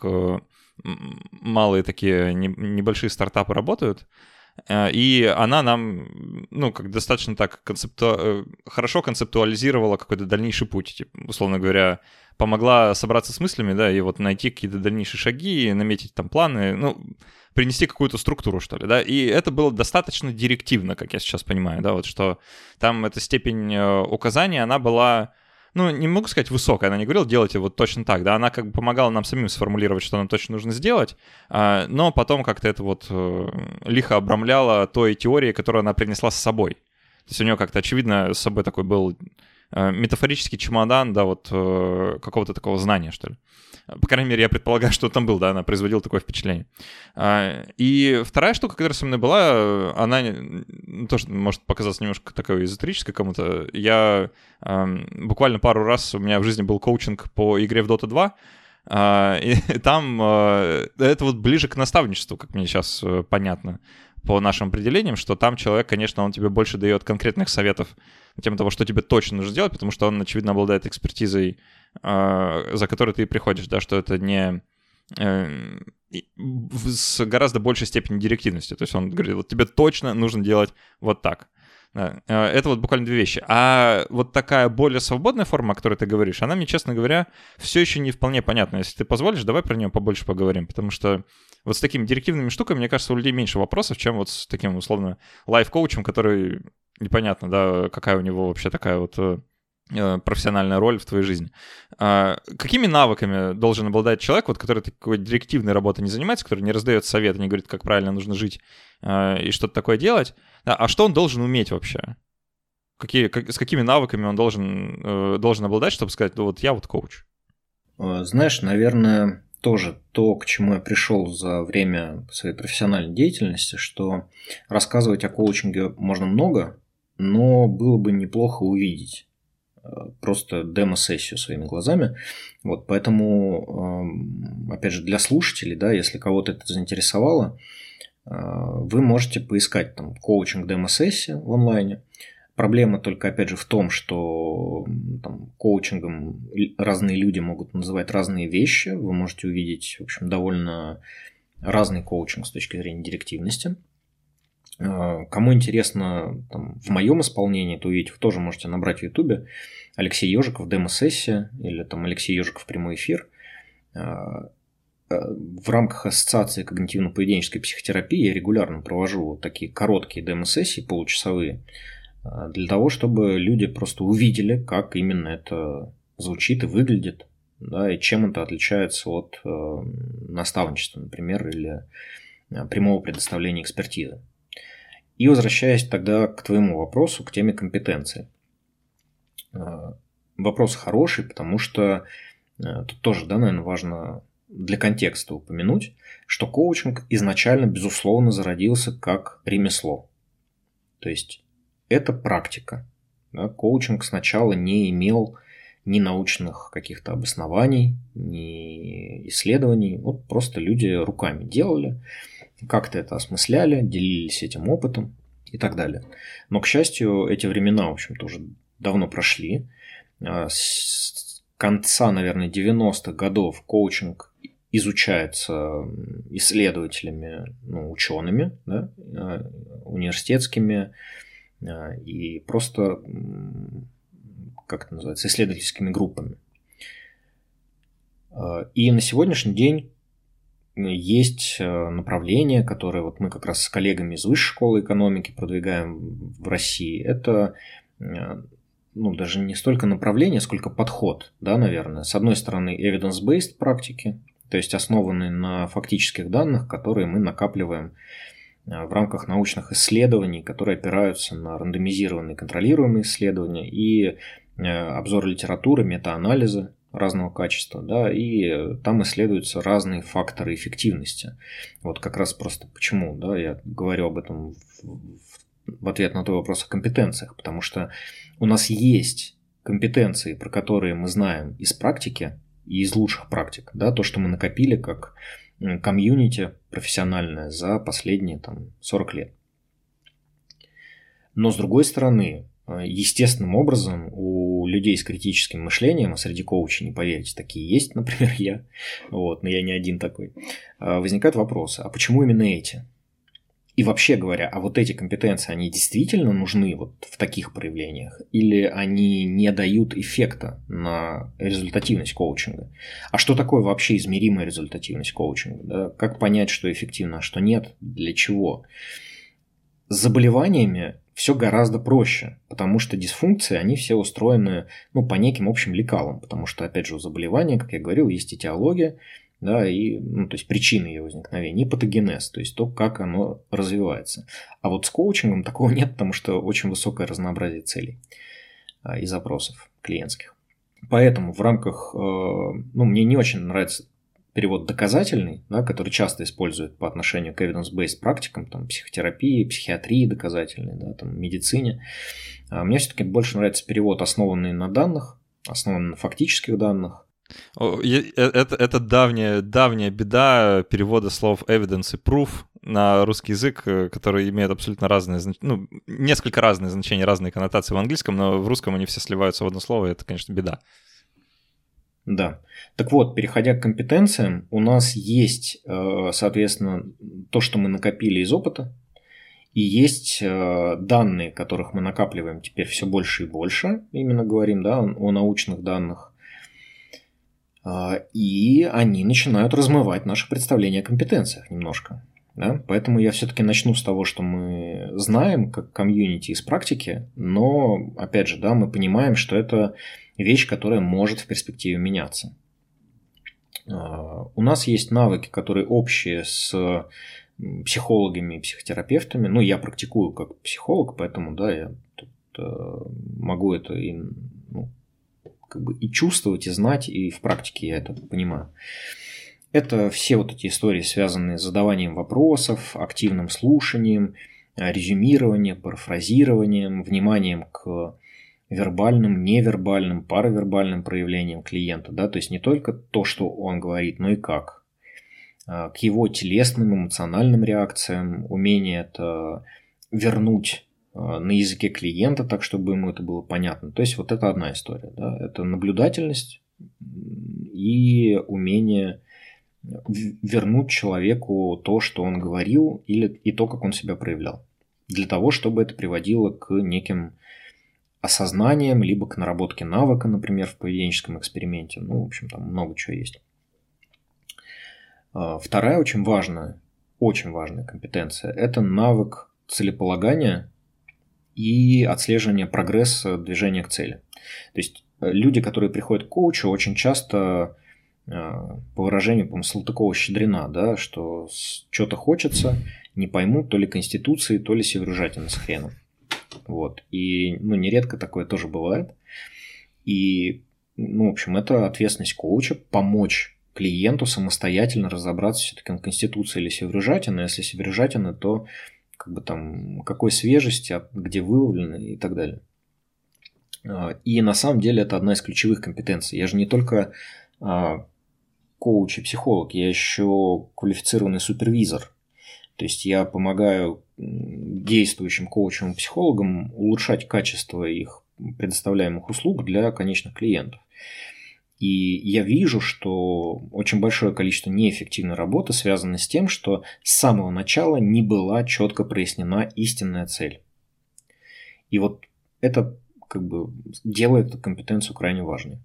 малые такие небольшие стартапы работают. И она нам, ну, как достаточно так концепту... хорошо концептуализировала какой-то дальнейший путь, типа, условно говоря, помогла собраться с мыслями, да, и вот найти какие-то дальнейшие шаги, наметить там планы, ну, принести какую-то структуру, что ли, да, и это было достаточно директивно, как я сейчас понимаю, да, вот что там эта степень указания, она была, ну, не могу сказать высокая, она не говорила, делайте вот точно так, да, она как бы помогала нам самим сформулировать, что нам точно нужно сделать, но потом как-то это вот лихо обрамляла той теорией, которую она принесла с собой. То есть у нее как-то, очевидно, с собой такой был метафорический чемодан, да, вот какого-то такого знания, что ли. По крайней мере, я предполагаю, что там был, да, она производила такое впечатление. И вторая штука, которая со мной была, она тоже может показаться немножко такой эзотерической кому-то. Я буквально пару раз у меня в жизни был коучинг по игре в Дота два, и там это вот ближе к наставничеству, как мне сейчас понятно, по нашим определениям, что там человек, конечно, он тебе больше дает конкретных советов на тему того, что тебе точно нужно сделать, потому что он, очевидно, обладает экспертизой, за которой ты приходишь, да, что это не с гораздо большей степенью директивности. То есть он говорит, вот тебе точно нужно делать вот так. Это вот буквально две вещи. А вот такая более свободная форма, о которой ты говоришь, она мне, честно говоря, все еще не вполне понятна. Если ты позволишь, давай про нее побольше поговорим, потому что вот с такими директивными штуками, мне кажется, у людей меньше вопросов, чем вот с таким, условно, лайф-коучем, который непонятно, да, какая у него вообще такая вот профессиональная роль в твоей жизни. А какими навыками должен обладать человек, вот, который такой директивной работой не занимается, который не раздает советы, не говорит, как правильно нужно жить и что-то такое делать, а что он должен уметь вообще? Какие, как, с какими навыками он должен, должен обладать, чтобы сказать, ну вот я вот коуч? Знаешь, наверное, тоже то, к чему я пришел за время своей профессиональной деятельности, что рассказывать о коучинге можно много, но было бы неплохо увидеть просто демо-сессию своими глазами. Вот, поэтому, опять же, для слушателей, да, если кого-то это заинтересовало, вы можете поискать там коучинг демо-сессия в онлайне. Проблема только, опять же, в том, что там, коучингом разные люди могут называть разные вещи. Вы можете увидеть, в общем, довольно разный коучинг с точки зрения директивности. Кому интересно там, в моем исполнении, то увидеть, вы тоже можете набрать в Ютубе Алексей Ежиков демо-сессия или там Алексей Ежиков прямой эфир. В рамках Ассоциации когнитивно-поведенческой психотерапии я регулярно провожу такие короткие демо-сессии, получасовые, для того, чтобы люди просто увидели, как именно это звучит и выглядит, да, и чем это отличается от э, наставничества, например, или прямого предоставления экспертизы. И возвращаясь тогда к твоему вопросу, к теме компетенции. Э, вопрос хороший, потому что э, тут тоже, да, наверное, важно для контекста упомянуть, что коучинг изначально, безусловно, зародился как ремесло. То есть это практика. Да? Коучинг сначала не имел ни научных каких-то обоснований, ни исследований. Вот просто люди руками делали, как-то это осмысляли, делились этим опытом и так далее. Но, к счастью, эти времена, в общем-то, уже давно прошли. С конца, наверное, девяностых годов коучинг изучается исследователями, ну, учеными, да, университетскими и просто, как это называется, исследовательскими группами. И на сегодняшний день есть направление, которое вот мы как раз с коллегами из Высшей школы экономики продвигаем в России. Это, ну, даже не столько направление, сколько подход, да, наверное. С одной стороны, evidence-based практики, то есть основанные на фактических данных, которые мы накапливаем в рамках научных исследований, которые опираются на рандомизированные контролируемые исследования и обзор литературы, метаанализы разного качества, да, и там исследуются разные факторы эффективности. Вот как раз просто почему, да, я говорю об этом в, в ответ на твой вопрос о компетенциях, потому что у нас есть компетенции, про которые мы знаем из практики и из лучших практик, да, то, что мы накопили как комьюнити профессиональное за последние там, сорок лет. Но, с другой стороны, естественным образом у людей с критическим мышлением, а среди коучей, не поверите, такие есть, например, я, вот, но я не один такой, возникают вопросы, а почему именно эти? И вообще говоря, а вот эти компетенции, они действительно нужны вот в таких проявлениях? Или они не дают эффекта на результативность коучинга? А что такое вообще измеримая результативность коучинга? Да? Как понять, что эффективно, а что нет? Для чего? С заболеваниями все гораздо проще, потому что дисфункции, они все устроены, ну, по неким общим лекалам, потому что, опять же, у заболевания, как я говорил, есть этиология, да, и, ну, то есть причины ее возникновения, и патогенез, то есть то, как оно развивается. А вот с коучингом такого нет, потому что очень высокое разнообразие целей а, и запросов клиентских. Поэтому в рамках, э, ну, мне не очень нравится перевод доказательный, да, который часто используют по отношению к evidence-based практикам, там, психотерапии, психиатрии доказательной, да, там, медицине. А мне все-таки больше нравится перевод, основанный на данных, основанный на фактических данных. Это, это давняя, давняя беда перевода слов evidence и proof на русский язык, который имеет абсолютно разные, ну, несколько разные значения, разные коннотации в английском, но в русском они все сливаются в одно слово, и это, конечно, беда. Да. Так вот, переходя к компетенциям, у нас есть, соответственно, то, что мы накопили из опыта, и есть данные, которых мы накапливаем теперь все больше и больше, именно говорим, да, о научных данных, и они начинают размывать наше представление о компетенциях немножко. Да? Поэтому я все-таки начну с того, что мы знаем как комьюнити из практики, но, опять же, да, мы понимаем, что это вещь, которая может в перспективе меняться. У нас есть навыки, которые общие с психологами и психотерапевтами. Ну, я практикую как психолог, поэтому, да, я тут могу это и, ну, как бы и чувствовать, и знать, и в практике я это понимаю. Это все вот эти истории, связанные с задаванием вопросов, активным слушанием, резюмированием, парафразированием, вниманием к вербальным, невербальным, паравербальным проявлениям клиента, да, то есть не только то, что он говорит, но и как. К его телесным, эмоциональным реакциям, умение это вернуть на языке клиента так, чтобы ему это было понятно. То есть вот это одна история, да, это наблюдательность и умение вернуть человеку то, что он говорил, или и то, как он себя проявлял, для того, чтобы это приводило к неким осознанием, либо к наработке навыка, например, в поведенческом эксперименте. Ну, в общем, там много чего есть. Вторая очень важная, очень важная компетенция – это навык целеполагания и отслеживания прогресса движения к цели. То есть люди, которые приходят к коучу, очень часто, по выражению, по-моему, Салтыкова-Щедрина, да, что что-то хочется, не поймут, то ли конституции, то ли северяжатины с хреном. Вот. И, ну, нередко такое тоже бывает. И, ну, в общем, это ответственность коуча помочь клиенту самостоятельно разобраться, все-таки он конституция или северяжатина. Если северяжатина, то как бы там какой свежести, где выловлены и так далее. И на самом деле это одна из ключевых компетенций. Я же не только коуч и психолог, я еще квалифицированный супервизор. То есть я помогаю действующим коучам и психологам улучшать качество их предоставляемых услуг для конечных клиентов. И я вижу, что очень большое количество неэффективной работы связано с тем, что с самого начала не была четко прояснена истинная цель. И вот это как бы делает эту компетенцию крайне важной.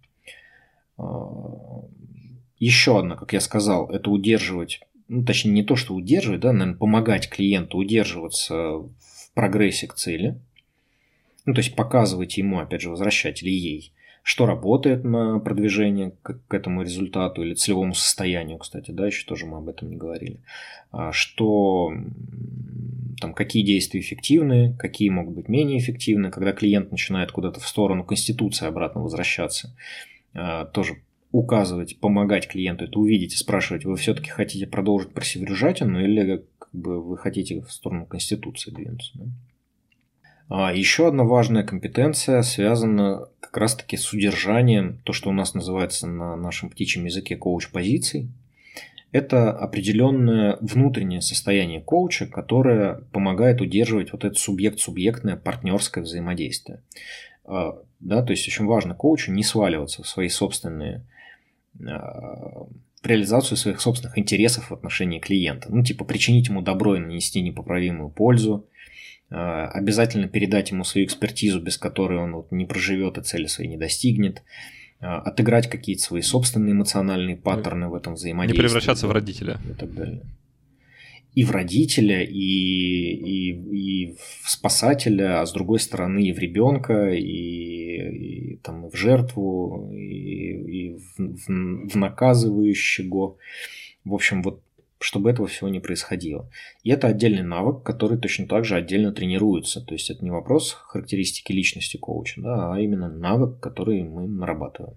Еще одна, как я сказал, это удерживать, ну, точнее, не то, что удерживать, да, наверное, помогать клиенту удерживаться в прогрессе к цели. Ну, то есть показывать ему, опять же, возвращать или ей, что работает на продвижение к, к этому результату или целевому состоянию, кстати, да, еще тоже мы об этом не говорили. Что там, какие действия эффективны, какие могут быть менее эффективны, когда клиент начинает куда-то в сторону конституции обратно возвращаться, тоже указывать, помогать клиенту это увидеть и спрашивать, вы все-таки хотите продолжить про северяжатину или как бы, вы хотите в сторону конституции двинуться. Да? А еще одна важная компетенция связана как раз-таки с удержанием, то, что у нас называется на нашем птичьем языке коуч-позиций. Это определенное внутреннее состояние коуча, которое помогает удерживать вот это субъект-субъектное партнерское взаимодействие. Да, то есть очень важно коучу не сваливаться в свои собственные, в реализацию своих собственных интересов в отношении клиента. Ну, типа причинить ему добро и нанести непоправимую пользу, обязательно передать ему свою экспертизу, без которой он вот не проживет и цели свои не достигнет, отыграть какие-то свои собственные эмоциональные паттерны в этом взаимодействии. Не превращаться в родителя. И так далее. И в родителя, и, и, и в спасателя, а с другой стороны и в ребенка, и, и там, в жертву, и, и в, в, в наказывающего. В общем, вот чтобы этого всего не происходило. И это отдельный навык, который точно так же отдельно тренируется. То есть это не вопрос характеристики личности коуча, да, а именно навык, который мы нарабатываем.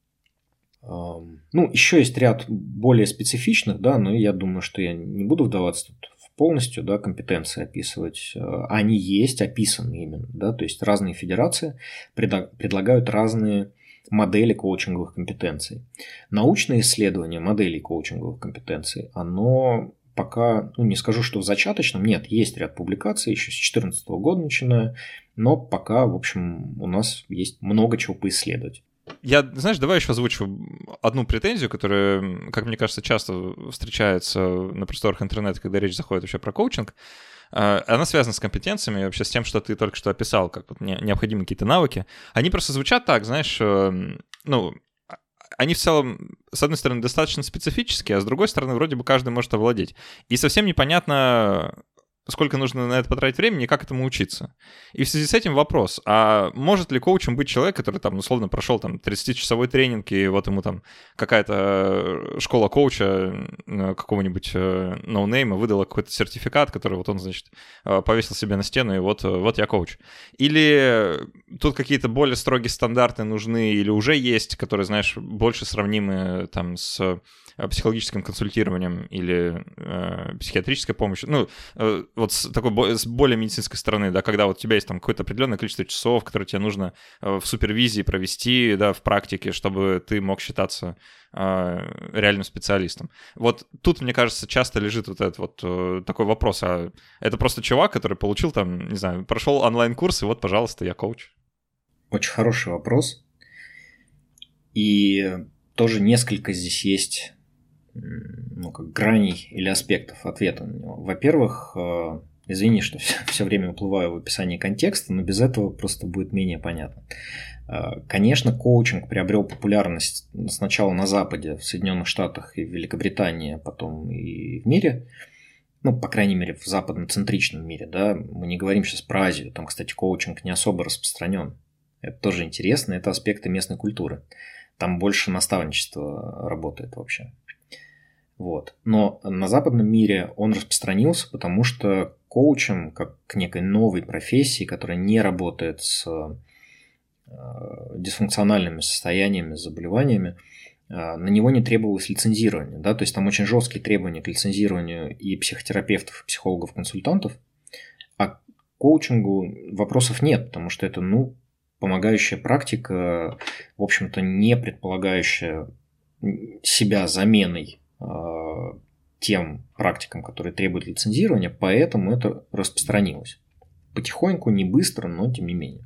Ну, еще есть ряд более специфичных, да, но я думаю, что я не буду вдаваться тут в полностью, да, компетенции описывать. Они есть, описаны именно, да, то есть разные федерации предлагают разные модели коучинговых компетенций. Научное исследование моделей коучинговых компетенций, оно пока, ну, не скажу, что в зачаточном, нет, есть ряд публикаций еще с две тысячи четырнадцатого года начиная, но пока, в общем, у нас есть много чего поисследовать. Я, знаешь, давай еще озвучу одну претензию, которая, как мне кажется, часто встречается на просторах интернета, когда речь заходит вообще про коучинг. Она связана с компетенциями, вообще с тем, что ты только что описал, как вот необходимы какие-то навыки. Они просто звучат так, знаешь, ну, они в целом, с одной стороны, достаточно специфические, а с другой стороны, вроде бы каждый может овладеть. И совсем непонятно, сколько нужно на это потратить времени и как этому учиться. И в связи с этим вопрос, а может ли коучем быть человек, который там условно прошел там тридцатичасовой тренинг, и вот ему там какая-то школа коуча какого-нибудь ноунейма выдала какой-то сертификат, который вот он, значит, повесил себе на стену, и вот, вот я коуч. Или тут какие-то более строгие стандарты нужны, или уже есть, которые, знаешь, больше сравнимы там с психологическим консультированием или э, психиатрической помощью. Ну, э, вот с такой с более медицинской стороны, да, когда вот у тебя есть там какое-то определенное количество часов, которые тебе нужно э, в супервизии провести, да, в практике, чтобы ты мог считаться э, реальным специалистом. Вот тут, мне кажется, часто лежит вот этот вот э, такой вопрос, а это просто чувак, который получил там, не знаю, прошел онлайн-курс, и вот, пожалуйста, я коуч. Очень хороший вопрос. И тоже несколько здесь есть, ну, как граней или аспектов ответа на него. Во-первых, извини, что все, все время уплываю в описании контекста, но без этого просто будет менее понятно. Конечно, коучинг приобрел популярность сначала на Западе, в Соединенных Штатах и в Великобритании, а потом и в мире. Ну, по крайней мере, в западноцентричном мире, да. Мы не говорим сейчас про Азию. Там, кстати, коучинг не особо распространен. Это тоже интересно, это аспекты местной культуры. Там больше наставничество работает вообще. Вот. Но на западном мире он распространился, потому что коучем, как к некой новой профессии, которая не работает с дисфункциональными состояниями, заболеваниями, на него не требовалось лицензирование. Да? То есть там очень жесткие требования к лицензированию и психотерапевтов, и психологов-консультантов. А к коучингу вопросов нет, потому что это, ну, помогающая практика, в общем-то, не предполагающая себя заменой э, тем практикам, которые требуют лицензирования, поэтому это распространилось. Потихоньку, не быстро, но тем не менее.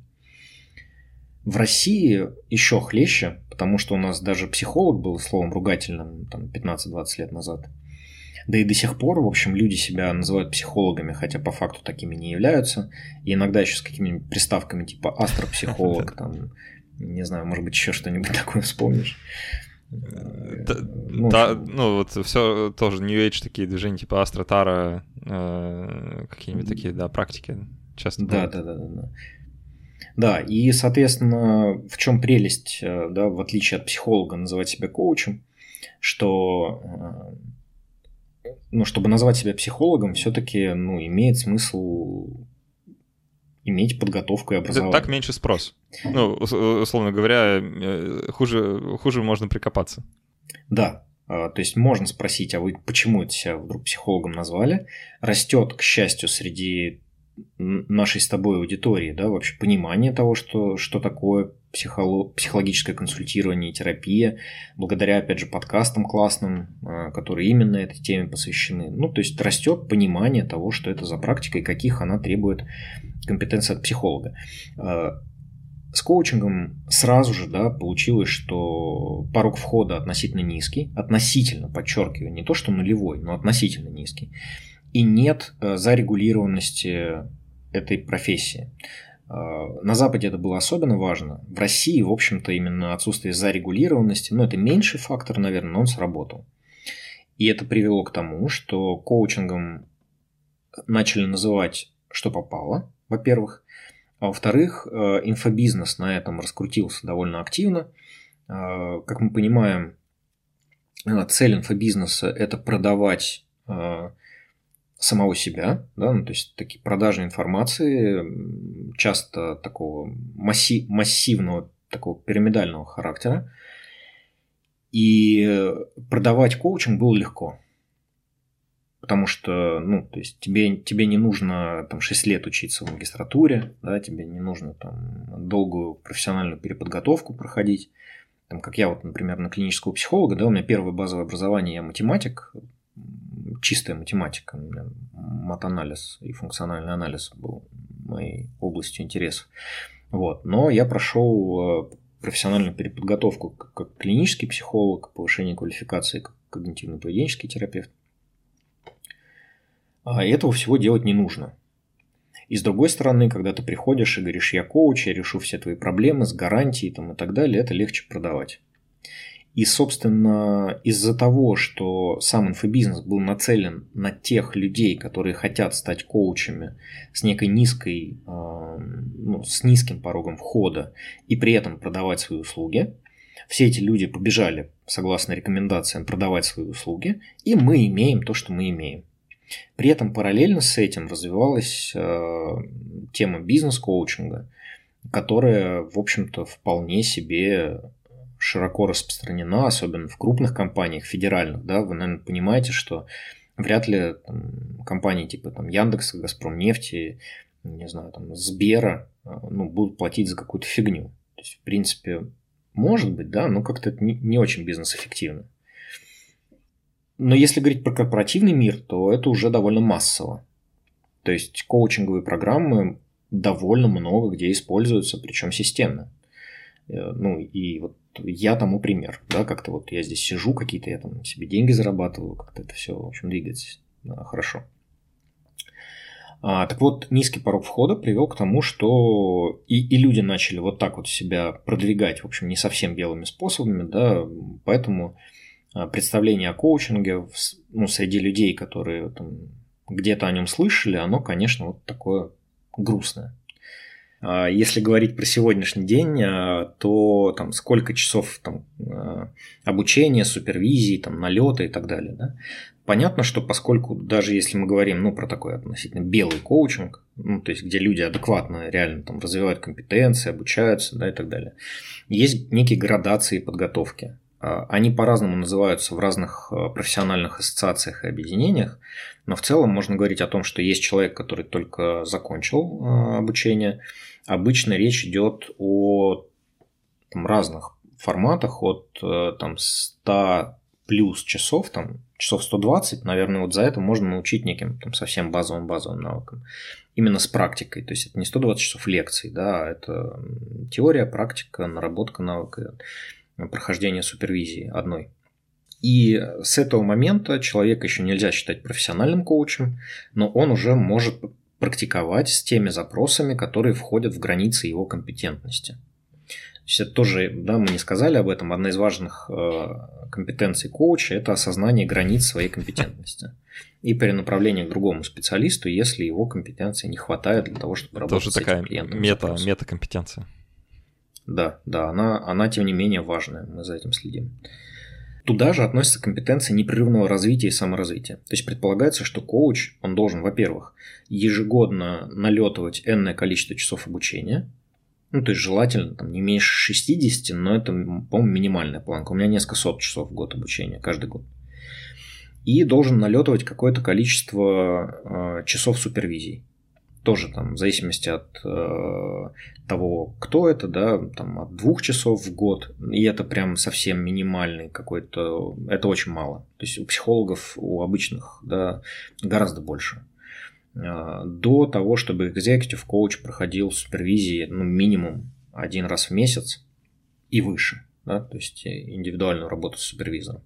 В России еще хлеще, потому что у нас даже психолог был словом ругательным там, пятнадцать-двадцать лет назад. Да и до сих пор, в общем, люди себя называют психологами, хотя по факту такими не являются. И иногда еще с какими-нибудь приставками типа астропсихолог, там, не знаю, может быть, еще что-нибудь такое вспомнишь. Да, ну, да, ну вот все тоже New Age такие движения типа Астра, Тара, э, какие-нибудь такие, да, практики часто. Да, да, да, да, да. Да, и, соответственно, в чем прелесть, да, в отличие от психолога, называть себя коучем, что... Ну, чтобы назвать себя психологом, все-таки, ну, имеет смысл иметь подготовку и образование. Так меньше спрос. Ну, условно говоря, хуже, хуже можно прикопаться. Да, то есть можно спросить, а вы почему это себя вдруг психологом назвали? Растет, к счастью, среди нашей с тобой аудитории, да, вообще понимание того, что, что такое психолог, психологическое консультирование и терапия, благодаря, опять же, подкастам классным, которые именно этой теме посвящены. Ну, то есть растет понимание того, что это за практика и каких она требует компетенций от психолога. С коучингом сразу же, да, получилось, что порог входа относительно низкий, относительно, подчеркиваю, не то что нулевой, но относительно низкий. И нет зарегулированности этой профессии. На Западе это было особенно важно. В России, в общем-то, именно отсутствие зарегулированности, ну, это меньший фактор, наверное, но он сработал. И это привело к тому, что коучингом начали называть, что попало, во-первых. А во-вторых, инфобизнес на этом раскрутился довольно активно. Как мы понимаем, цель инфобизнеса – это продавать самого себя, да, ну, то есть такие продажи информации, часто такого масси- массивного, такого пирамидального характера. И продавать коучинг было легко. Потому что, ну, то есть тебе, тебе не нужно там шесть лет учиться в магистратуре, да, тебе не нужно там долгую профессиональную переподготовку проходить. Там, как я вот, например, на клинического психолога, да, у меня первое базовое образование, я математик, чистая математика, у меня матанализ и функциональный анализ был моей областью интересов. Вот. Но я прошел профессиональную переподготовку как, как клинический психолог, повышение квалификации как когнитивно-поведенческий терапевт. А этого всего делать не нужно. И с другой стороны, когда ты приходишь и говоришь, я коуч, я решу все твои проблемы с гарантией там, и так далее, это легче продавать. И, собственно, из-за того, что сам инфобизнес был нацелен на тех людей, которые хотят стать коучами с некой низкой, ну, с низким порогом входа и при этом продавать свои услуги, все эти люди побежали, согласно рекомендациям, продавать свои услуги, и мы имеем то, что мы имеем. При этом параллельно с этим развивалась тема бизнес-коучинга, которая, в общем-то, вполне себе широко распространена, особенно в крупных компаниях, федеральных, да, вы, наверное, понимаете, что вряд ли там, компании типа там, Яндекса, Газпромнефти, не знаю, там, Сбера ну, будут платить за какую-то фигню. То есть, в принципе, может быть, да, но как-то это не, не очень бизнес-эффективно. Но если говорить про корпоративный мир, то это уже довольно массово. То есть коучинговые программы довольно много где используются, причем системно. Ну и вот я тому пример, да, как-то вот я здесь сижу, какие-то я там себе деньги зарабатываю, как-то это все, в общем, двигается да, хорошо. А, так вот, низкий порог входа привел к тому, что и, и люди начали вот так вот себя продвигать, в общем, не совсем белыми способами, да, поэтому представление о коучинге ну, среди людей, которые там, где-то о нем слышали, оно, конечно, вот такое грустное. Если говорить про сегодняшний день, то там сколько часов там, обучения, супервизии, там, налета и так далее. Да? Понятно, что поскольку даже если мы говорим ну, про такой относительно белый коучинг, ну, то есть где люди адекватно реально там, развивают компетенции, обучаются да, и так далее, есть некие градации подготовки. Они по-разному называются в разных профессиональных ассоциациях и объединениях, но в целом можно говорить о том, что есть человек, который только закончил обучение. Обычно речь идет о там, разных форматах, от там, ста плюс часов, там, часов сто двадцать, наверное, вот за это можно научить неким там, совсем базовым-базовым навыкам. Именно с практикой, то есть это не сто двадцать часов лекций, да, это теория, практика, наработка навыка, прохождение супервизии одной. И с этого момента человека еще нельзя считать профессиональным коучем, но он уже может практиковать с теми запросами, которые входят в границы его компетентности. То есть это тоже, да, мы не сказали об этом, одна из важных э, компетенций коуча – это осознание границ своей компетентности и перенаправление к другому специалисту, если его компетенции не хватает для того, чтобы работать тоже с этим тоже клиентом. такая мета, мета-компетенция. Да, да, она, она тем не менее важная, мы за этим следим. Туда же относятся компетенции непрерывного развития и саморазвития. То есть предполагается, что коуч, он должен, во-первых, ежегодно налетывать энное количество часов обучения, ну, то есть желательно там, не меньше шестидесяти, но это, по-моему, минимальная планка. У меня несколько сот часов в год обучения, каждый год. И должен налетывать какое-то количество э, часов супервизий. Тоже там, в зависимости от э, того, кто это, да, там, от двух часов в год, и это прям совсем минимальный какой-то, это очень мало. То есть у психологов, у обычных, да, гораздо больше. Э, до того, чтобы executive коуч проходил супервизии, ну, минимум один раз в месяц и выше, да, то есть индивидуальную работу с супервизором.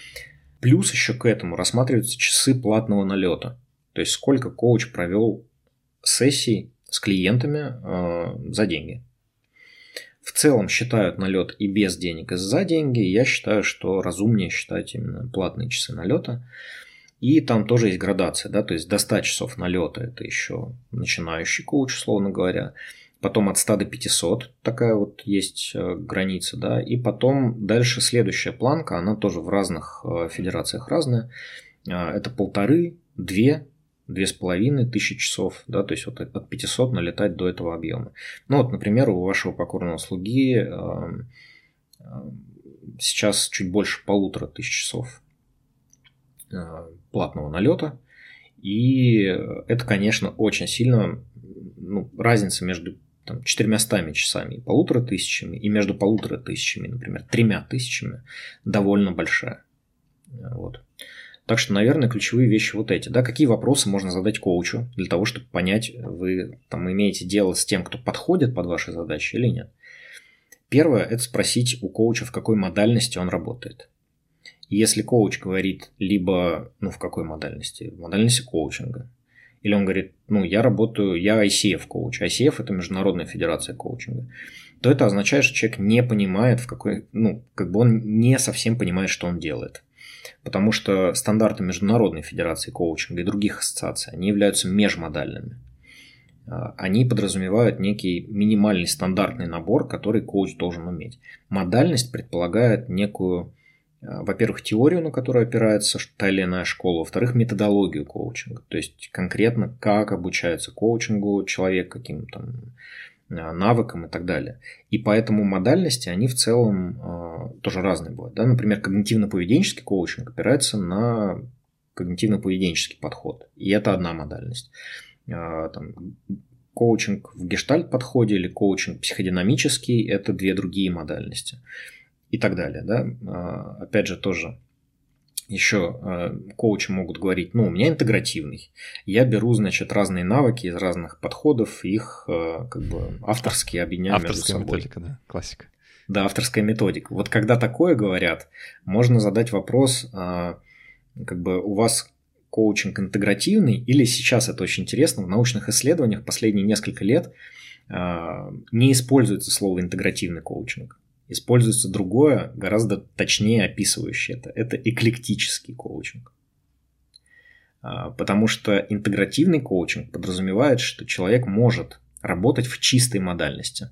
Плюс еще к этому рассматриваются часы платного налета, то есть сколько коуч провел сессий с клиентами э, за деньги. В целом считают налет и без денег, и за деньги. Я считаю, что разумнее считать именно платные часы налета. И там тоже есть градация, да, то есть до ста часов налета это еще начинающий коуч, условно говоря. Потом от ста до пятисот такая вот есть э, граница, да. И потом дальше следующая планка, она тоже в разных э, федерациях разная. Э, это полторы, две. Две с половиной тысячи часов, да, то есть вот от пятисот налетать до этого объема. Ну вот, например, у вашего покорного слуги э, э, сейчас чуть больше полутора тысяч часов э, платного налета, и это, конечно, очень сильно, ну, разница между там, четырьмястами часами и полутора тысячами, и между полутора тысячами, например, тремя тысячами довольно большая. Вот. Так что, наверное, ключевые вещи вот эти. Да, какие вопросы можно задать коучу для того, чтобы понять, вы там имеете дело с тем, кто подходит под ваши задачи или нет. Первое – это спросить у коуча, в какой модальности он работает. Если коуч говорит либо, ну, в какой модальности? В модальности коучинга. Или он говорит, ну, я работаю, я ай си эф коуч. ай си эф – это Международная федерация коучинга. То это означает, что человек не понимает, в какой, ну, как бы он не совсем понимает, что он делает. Потому что стандарты Международной федерации коучинга и других ассоциаций, они являются межмодальными. Они подразумевают некий минимальный стандартный набор, который коуч должен уметь. Модальность предполагает некую, во-первых, теорию, на которую опирается та или иная школа, во-вторых, методологию коучинга. То есть конкретно, как обучается коучингу человек, каким там навыкам и так далее. И поэтому модальности, они в целом э, тоже разные бывают. Да? Например, когнитивно-поведенческий коучинг опирается на когнитивно-поведенческий подход. И это одна модальность. Э, там, коучинг в гештальт-подходе или коучинг психодинамический – это две другие модальности. И так далее. Да? Э, опять же, тоже еще э, коучи могут говорить, ну, у меня интегративный. Я беру, значит, разные навыки из разных подходов, их э, как бы авторские объединяю между собой. Авторская методика, да, классика. Да, авторская методика. Вот когда такое говорят, можно задать вопрос, э, как бы у вас коучинг интегративный, или сейчас это очень интересно, в научных исследованиях последние несколько лет э, не используется слово интегративный коучинг. Используется другое, гораздо точнее описывающее это. Это эклектический коучинг. Потому что интегративный коучинг подразумевает, что человек может работать в чистой модальности.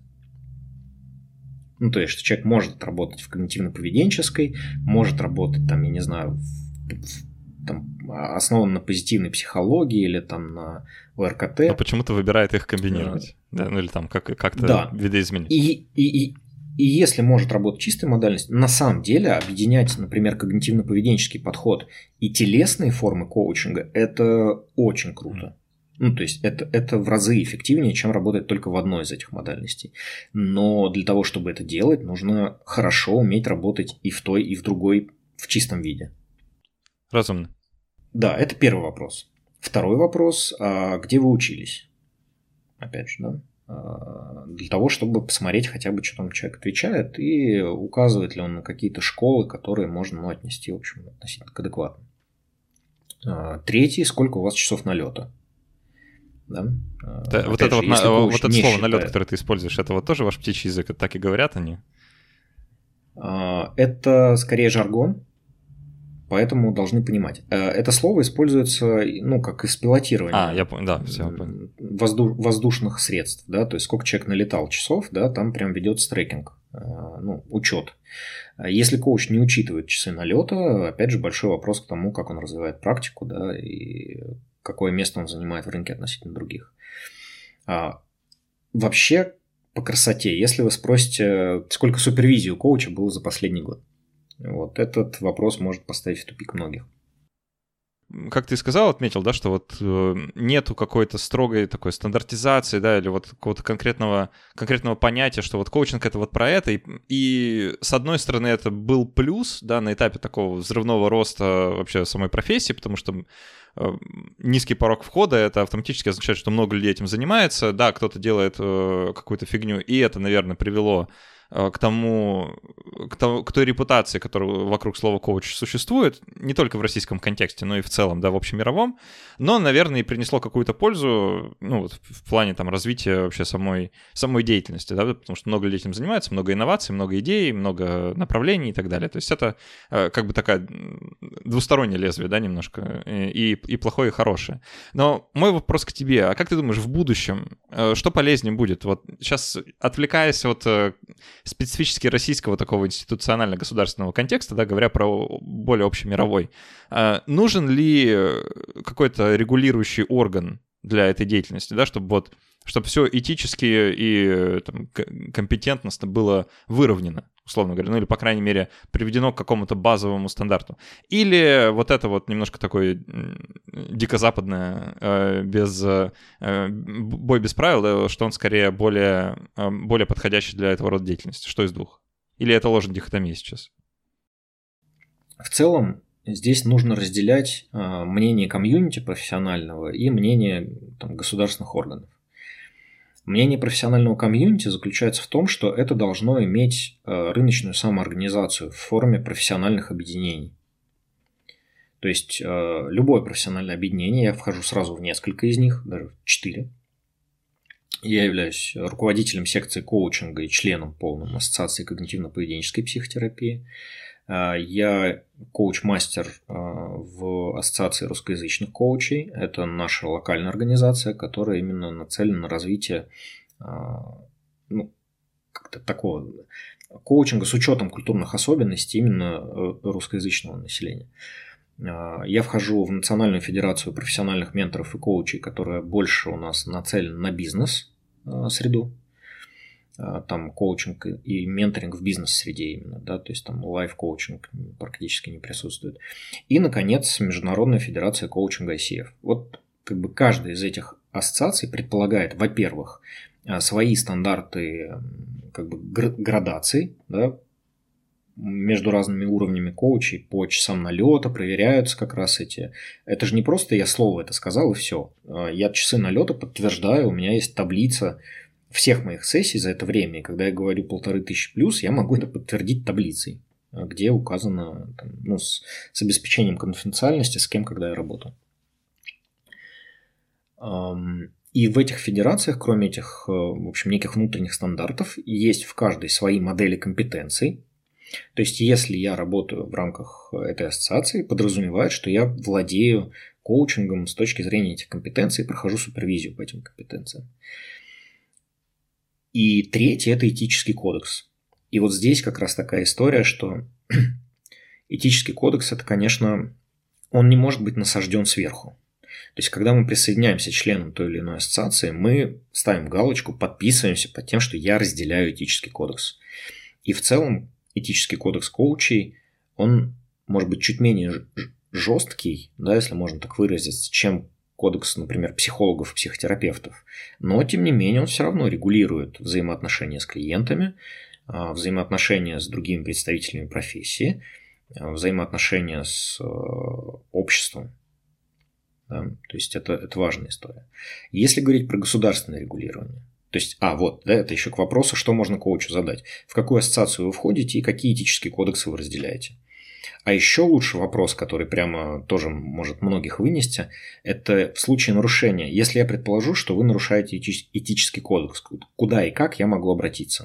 Ну, то есть, что человек может работать в когнитивно-поведенческой, может работать, там, я не знаю, в, в, там, основан на позитивной психологии или там на о эр ка тэ. Но почему-то выбирает их комбинировать. А, да, ну или там как, как-то да. видоизменить. И, и, и И если может работать чистой модальностью, на самом деле объединять, например, когнитивно-поведенческий подход и телесные формы коучинга – это очень круто. Ну, то есть это, это в разы эффективнее, чем работать только в одной из этих модальностей. Но для того, чтобы это делать, нужно хорошо уметь работать и в той, и в другой в чистом виде. Разумно. Да, это первый вопрос. Второй вопрос – а где вы учились? Опять же, да? Для того, чтобы посмотреть хотя бы, что там человек отвечает, и указывает ли он на какие-то школы, которые можно, ну, отнести, в общем, относительно к адекватным. Третий, сколько у вас часов налета. Да? Да, вот это, же, вот, на, вот это слово считает... налет, которое ты используешь, это вот тоже ваш птичий язык, это так и говорят они? Это скорее жаргон. Поэтому должны понимать. Это слово используется, ну, как из пилотирования. А, я понял, да, все, понял. Возду- воздушных средств, да, то есть сколько человек налетал часов, да, там прям ведется трекинг, ну, учет. Если коуч не учитывает часы налета, опять же, большой вопрос к тому, как он развивает практику, да, и какое место он занимает в рынке относительно других. А, вообще, по красоте, если вы спросите, сколько супервизий у коуча было за последний год, вот этот вопрос может поставить в тупик многих. Как ты сказал, отметил, да, что вот э, нету какой-то строгой такой стандартизации, да, или вот какого-то конкретного, конкретного понятия, что вот коучинг — это вот про это, и, и с одной стороны это был плюс, да, на этапе такого взрывного роста вообще самой профессии, потому что э, низкий порог входа — это автоматически означает, что много людей этим занимается, да, кто-то делает э, какую-то фигню, и это, наверное, привело к тому, к, тому, к той репутации, которая вокруг слова коуч существует, не только в российском контексте, но и в целом, да, в общемировом, но, наверное, и принесло какую-то пользу, ну, вот в плане там развития вообще самой, самой деятельности, да, потому что много людей этим занимается, много инноваций, много идей, много направлений и так далее. То есть это как бы такая двустороннее лезвие, да, немножко, и, и плохое, и хорошее. Но мой вопрос к тебе, а как ты думаешь, в будущем, что полезнее будет? Вот сейчас, отвлекаясь от специфически российского такого институционально-государственного контекста, да, говоря про более общемировой, нужен ли какой-то регулирующий орган для этой деятельности, да, чтобы вот, чтобы все этически и там, компетентностно было выровнено, условно говоря, ну или, по крайней мере, приведено к какому-то базовому стандарту. Или вот это вот немножко такое дикозападное, без, бой без правил, что он скорее более, более подходящий для этого рода деятельности. Что из двух? Или это ложная дихотомия сейчас? В целом, здесь нужно разделять мнение комьюнити профессионального и мнение там, государственных органов. Мнение профессионального комьюнити заключается в том, что это должно иметь рыночную самоорганизацию в форме профессиональных объединений. То есть любое профессиональное объединение, я вхожу сразу в несколько из них, даже в четыре. Я являюсь руководителем секции коучинга и членом полным Ассоциации когнитивно-поведенческой психотерапии. Я коуч-мастер в Ассоциации русскоязычных коучей. Это наша локальная организация, которая именно нацелена на развитие, ну, как-то такого коучинга с учетом культурных особенностей именно русскоязычного населения. Я вхожу в Национальную федерацию профессиональных менторов и коучей, которая больше у нас нацелена на бизнес-среду. там коучинг и менторинг в бизнес-среде именно, да, то есть там лайф-коучинг практически не присутствует. И, наконец, Международная федерация коучинга ай си эф. Вот как бы каждая из этих ассоциаций предполагает, во-первых, свои стандарты как бы градаций, да, между разными уровнями коучей по часам налета проверяются как раз эти. Это же не просто я слово это сказал и все. Я часы налета подтверждаю, у меня есть таблица всех моих сессий за это время. И когда я говорю полторы тысячи плюс, я могу это подтвердить таблицей, где указано там, ну, с, с обеспечением конфиденциальности, с кем, когда я работал. И в этих федерациях, кроме этих, в общем, неких внутренних стандартов, есть в каждой свои модели компетенций. То есть, если я работаю в рамках этой ассоциации, подразумевает, что я владею коучингом с точки зрения этих компетенций, прохожу супервизию по этим компетенциям. И третье – это этический кодекс. И вот здесь как раз такая история, что этический кодекс – это, конечно, он не может быть насажден сверху. То есть, когда мы присоединяемся членам той или иной ассоциации, мы ставим галочку, подписываемся под тем, что я разделяю этический кодекс. И в целом этический кодекс коучей, он может быть чуть менее жесткий, да, если можно так выразиться, чем кодекс, например, психологов и психотерапевтов. Но, тем не менее, он все равно регулирует взаимоотношения с клиентами, взаимоотношения с другими представителями профессии, взаимоотношения с обществом. Да? То есть, это, это важная история. Если говорить про государственное регулирование, то есть, а, вот, да, это еще к вопросу, что можно коучу задать. В какую ассоциацию вы входите и какие этические кодексы вы разделяете. А еще лучше вопрос, который прямо тоже может многих вынести, это в случае нарушения. Если я предположу, что вы нарушаете этический кодекс, куда и как я могу обратиться?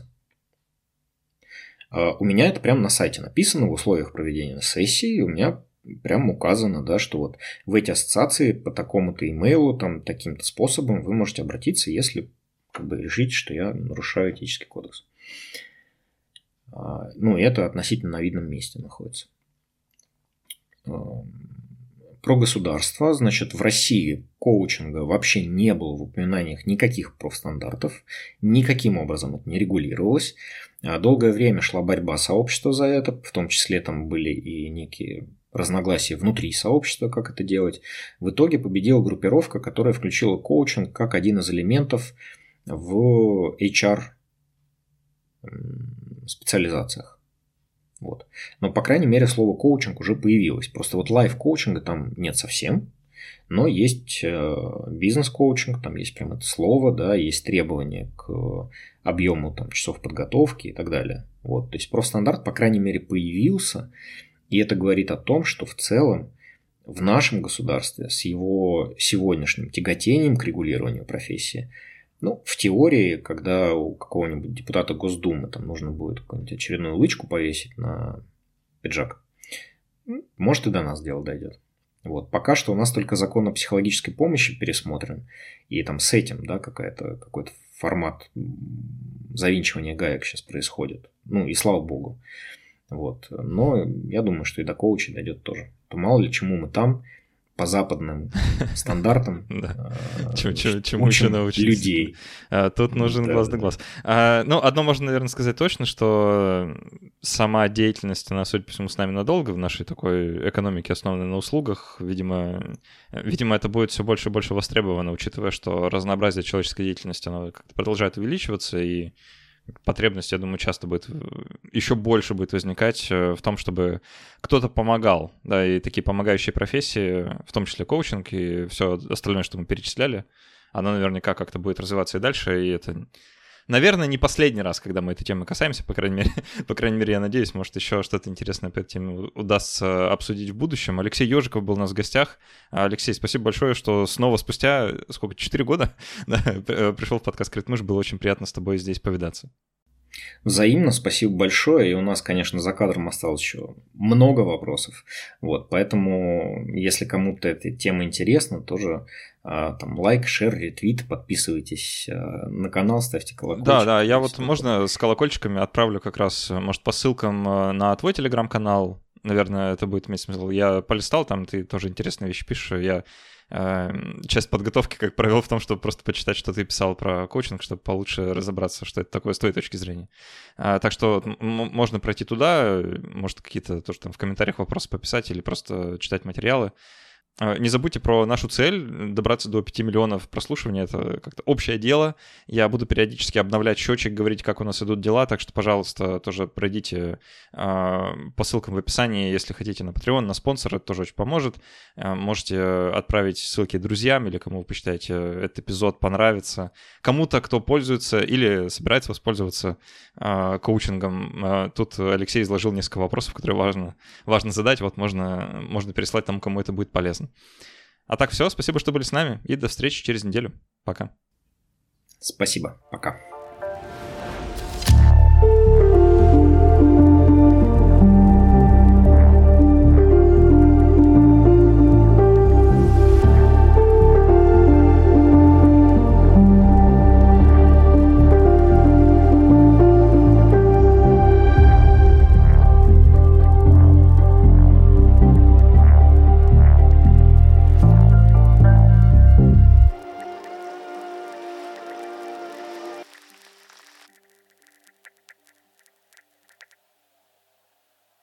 У меня это прямо на сайте написано в условиях проведения сессии, у меня прямо указано, да, что вот в эти ассоциации по такому-то имейлу, там, таким-то способом вы можете обратиться, если как бы решите, что я нарушаю этический кодекс. Ну, и это относительно на видном месте находится. Про государство, значит, в России коучинга вообще не было в упоминаниях никаких профстандартов, никаким образом это не регулировалось. Долгое время шла борьба сообщества за это, в том числе там были и некие разногласия внутри сообщества, как это делать. В итоге победила группировка, которая включила коучинг как один из элементов в эйч ар специализациях. Вот. Но, по крайней мере, слово коучинг уже появилось. Просто вот лайф-коучинга там нет совсем, но есть бизнес-коучинг, там есть прям это слово, да, есть требования к объему там, часов подготовки и так далее. Вот. То есть профстандарт, по крайней мере, появился, и это говорит о том, что в целом в нашем государстве с его сегодняшним тяготением к регулированию профессии, ну, в теории, когда у какого-нибудь депутата Госдумы там нужно будет какую-нибудь очередную лычку повесить на пиджак, может и до нас дело дойдет. Вот. Пока что у нас только закон о психологической помощи пересмотрен, и там с этим, да, какая-то, какой-то формат завинчивания гаек сейчас происходит. Ну, и слава богу. Вот. Но я думаю, что и до коучей дойдет тоже. То мало ли чему мы там по западным стандартам чему еще научиться людей. Тут нужен глаз да глаз. Ну, одно можно, наверное, сказать точно, что сама деятельность, она, судя по всему, с нами надолго в нашей такой экономике, основанной на услугах. Видимо, видимо, это будет все больше и больше востребовано, учитывая, что разнообразие человеческой деятельности, оно как-то продолжает увеличиваться, и потребность, я думаю, часто будет, еще больше будет возникать в том, чтобы кто-то помогал, да, и такие помогающие профессии, в том числе коучинг и все остальное, что мы перечисляли, оно наверняка как-то будет развиваться и дальше, и это, наверное, не последний раз, когда мы этой темы касаемся, по крайней мере, по крайней мере, я надеюсь, может, еще что-то интересное по этой теме удастся обсудить в будущем. Алексей Ежиков был у нас в гостях. Алексей, спасибо большое, что снова спустя, сколько, четыре года да, пришел в подкаст «Критмыш», было очень приятно с тобой здесь повидаться. Взаимно, спасибо большое, и у нас, конечно, за кадром осталось еще много вопросов, вот, поэтому, если кому-то эта тема интересна, тоже там лайк, шер, ретвит, подписывайтесь на канал, ставьте колокольчик. Да, да, я вот можно с колокольчиками отправлю как раз, может, по ссылкам на твой телеграм-канал, наверное, это будет иметь смысл. Я полистал, там ты тоже интересные вещи пишешь. Я э, часть подготовки, как провел, в том, чтобы просто почитать, что ты писал про коучинг, чтобы получше разобраться, что это такое с твоей точки зрения. А, так что м- можно пройти туда, может, какие-то тоже там в комментариях вопросы пописать или просто читать материалы. Не забудьте про нашу цель, добраться до пяти миллионов прослушиваний, это как-то общее дело. Я буду периодически обновлять счетчик, говорить, как у нас идут дела, так что, пожалуйста, тоже пройдите э, по ссылкам в описании, если хотите, на Patreon, на спонсор, это тоже очень поможет. Э, можете отправить ссылки друзьям или кому вы посчитаете этот эпизод понравится. Кому-то, кто пользуется или собирается воспользоваться э, коучингом. Э, тут Алексей изложил несколько вопросов, которые важно, важно задать, вот можно, можно переслать тому, кому это будет полезно. А так все, спасибо, что были с нами, и до встречи через неделю. Пока. Спасибо, пока.